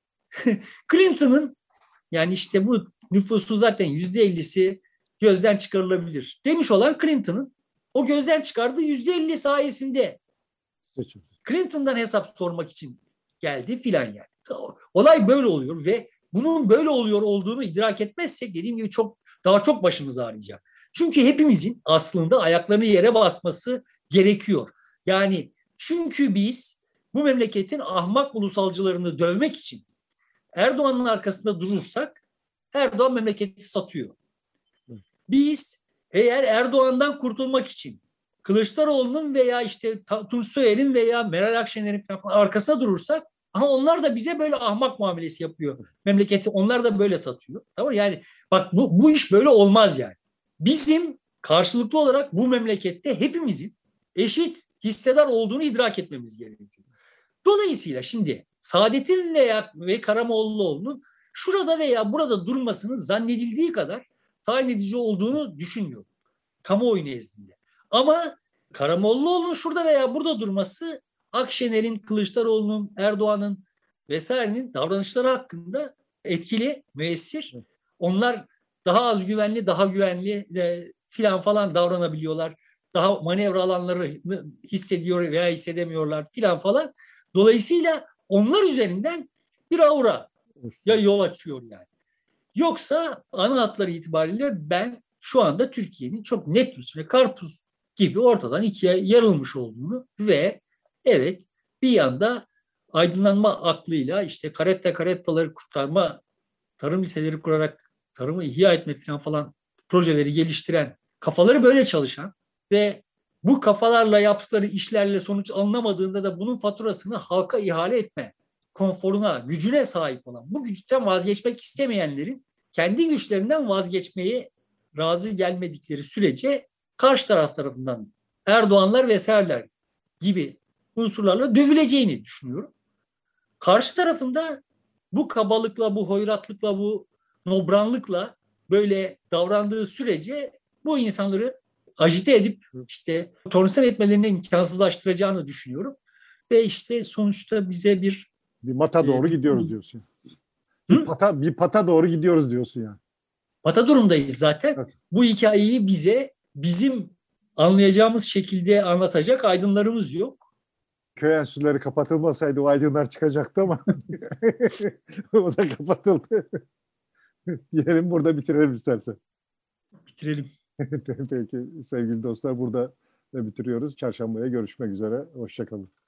B: Clinton'ın, yani işte bu nüfusun zaten %50'si gözden çıkarılabilir demiş olan Clinton'ın o gözden çıkardığı %50 sayesinde Clinton'dan hesap sormak için geldi filan yani. Olay böyle oluyor ve bunun böyle oluyor olduğunu idrak etmezsek dediğim gibi daha çok başımız ağrıyacak. Çünkü hepimizin aslında ayaklarını yere basması gerekiyor. Yani çünkü biz bu memleketin ahmak ulusalcılarını dövmek için Erdoğan'ın arkasında durursak Erdoğan memleketi satıyor. Biz eğer Erdoğan'dan kurtulmak için Kılıçdaroğlu'nun veya işte Tunç Soyer'in veya Meral Akşener'in falan arkasında durursak, ama onlar da bize böyle ahmak muamelesi yapıyor. Memleketi onlar da böyle satıyor. Tamam, yani bak bu iş böyle olmaz yani. Bizim karşılıklı olarak bu memlekette hepimizin eşit hissedar olduğunu idrak etmemiz gerekiyor. Dolayısıyla şimdi Saadet'in ve Karamollaoğlu'nun şurada veya burada durmasının zannedildiği kadar tayin edici olduğunu düşünmüyorum kamuoyu nezdinde. Ama Karamollaoğlu'nun şurada veya burada durması Akşener'in, Kılıçdaroğlu'nun, Erdoğan'ın vesairenin davranışları hakkında etkili, müessir. Onlar daha az güvenli, daha güvenli falan davranabiliyorlar. Daha manevra alanları hissediyor veya hissedemiyorlar falan. Dolayısıyla onlar üzerinden bir aura yol açıyor yani. Yoksa ana hatları itibariyle ben şu anda Türkiye'nin çok net bir şekilde karpuz gibi ortadan ikiye yarılmış olduğunu ve evet bir yanda aydınlanma aklıyla işte karettaları kurtarma, tarım liseleri kurarak tarımı ihya etme falan projeleri geliştiren, kafaları böyle çalışan ve bu kafalarla yaptıkları işlerle sonuç alınamadığında da bunun faturasını halka ihale etme konforuna, gücüne sahip olan, bu güçten vazgeçmek istemeyenlerin kendi güçlerinden vazgeçmeye razı gelmedikleri sürece karşı tarafından Erdoğanlar vesaireler gibi unsurlarla dövüleceğini düşünüyorum. Karşı tarafında bu kabalıkla, bu hoyratlıkla, bu nobranlıkla böyle davrandığı sürece bu insanları agite edip işte tornistan etmelerini imkansızlaştıracağını düşünüyorum. Ve işte sonuçta bize bir
A: mata doğru gidiyoruz diyorsun. Bir pata doğru gidiyoruz diyorsun yani.
B: Pata durumdayız zaten. Evet. Bu hikayeyi bize bizim anlayacağımız şekilde anlatacak aydınlarımız yok.
A: Köy enstitüleri kapatılmasaydı o aydınlar çıkacaktı ama o da kapatıldı. Diyelim burada bitirelim istersen.
B: Bitirelim.
A: Peki sevgili dostlar, burada bitiriyoruz. Çarşambaya görüşmek üzere. Hoşça kalın.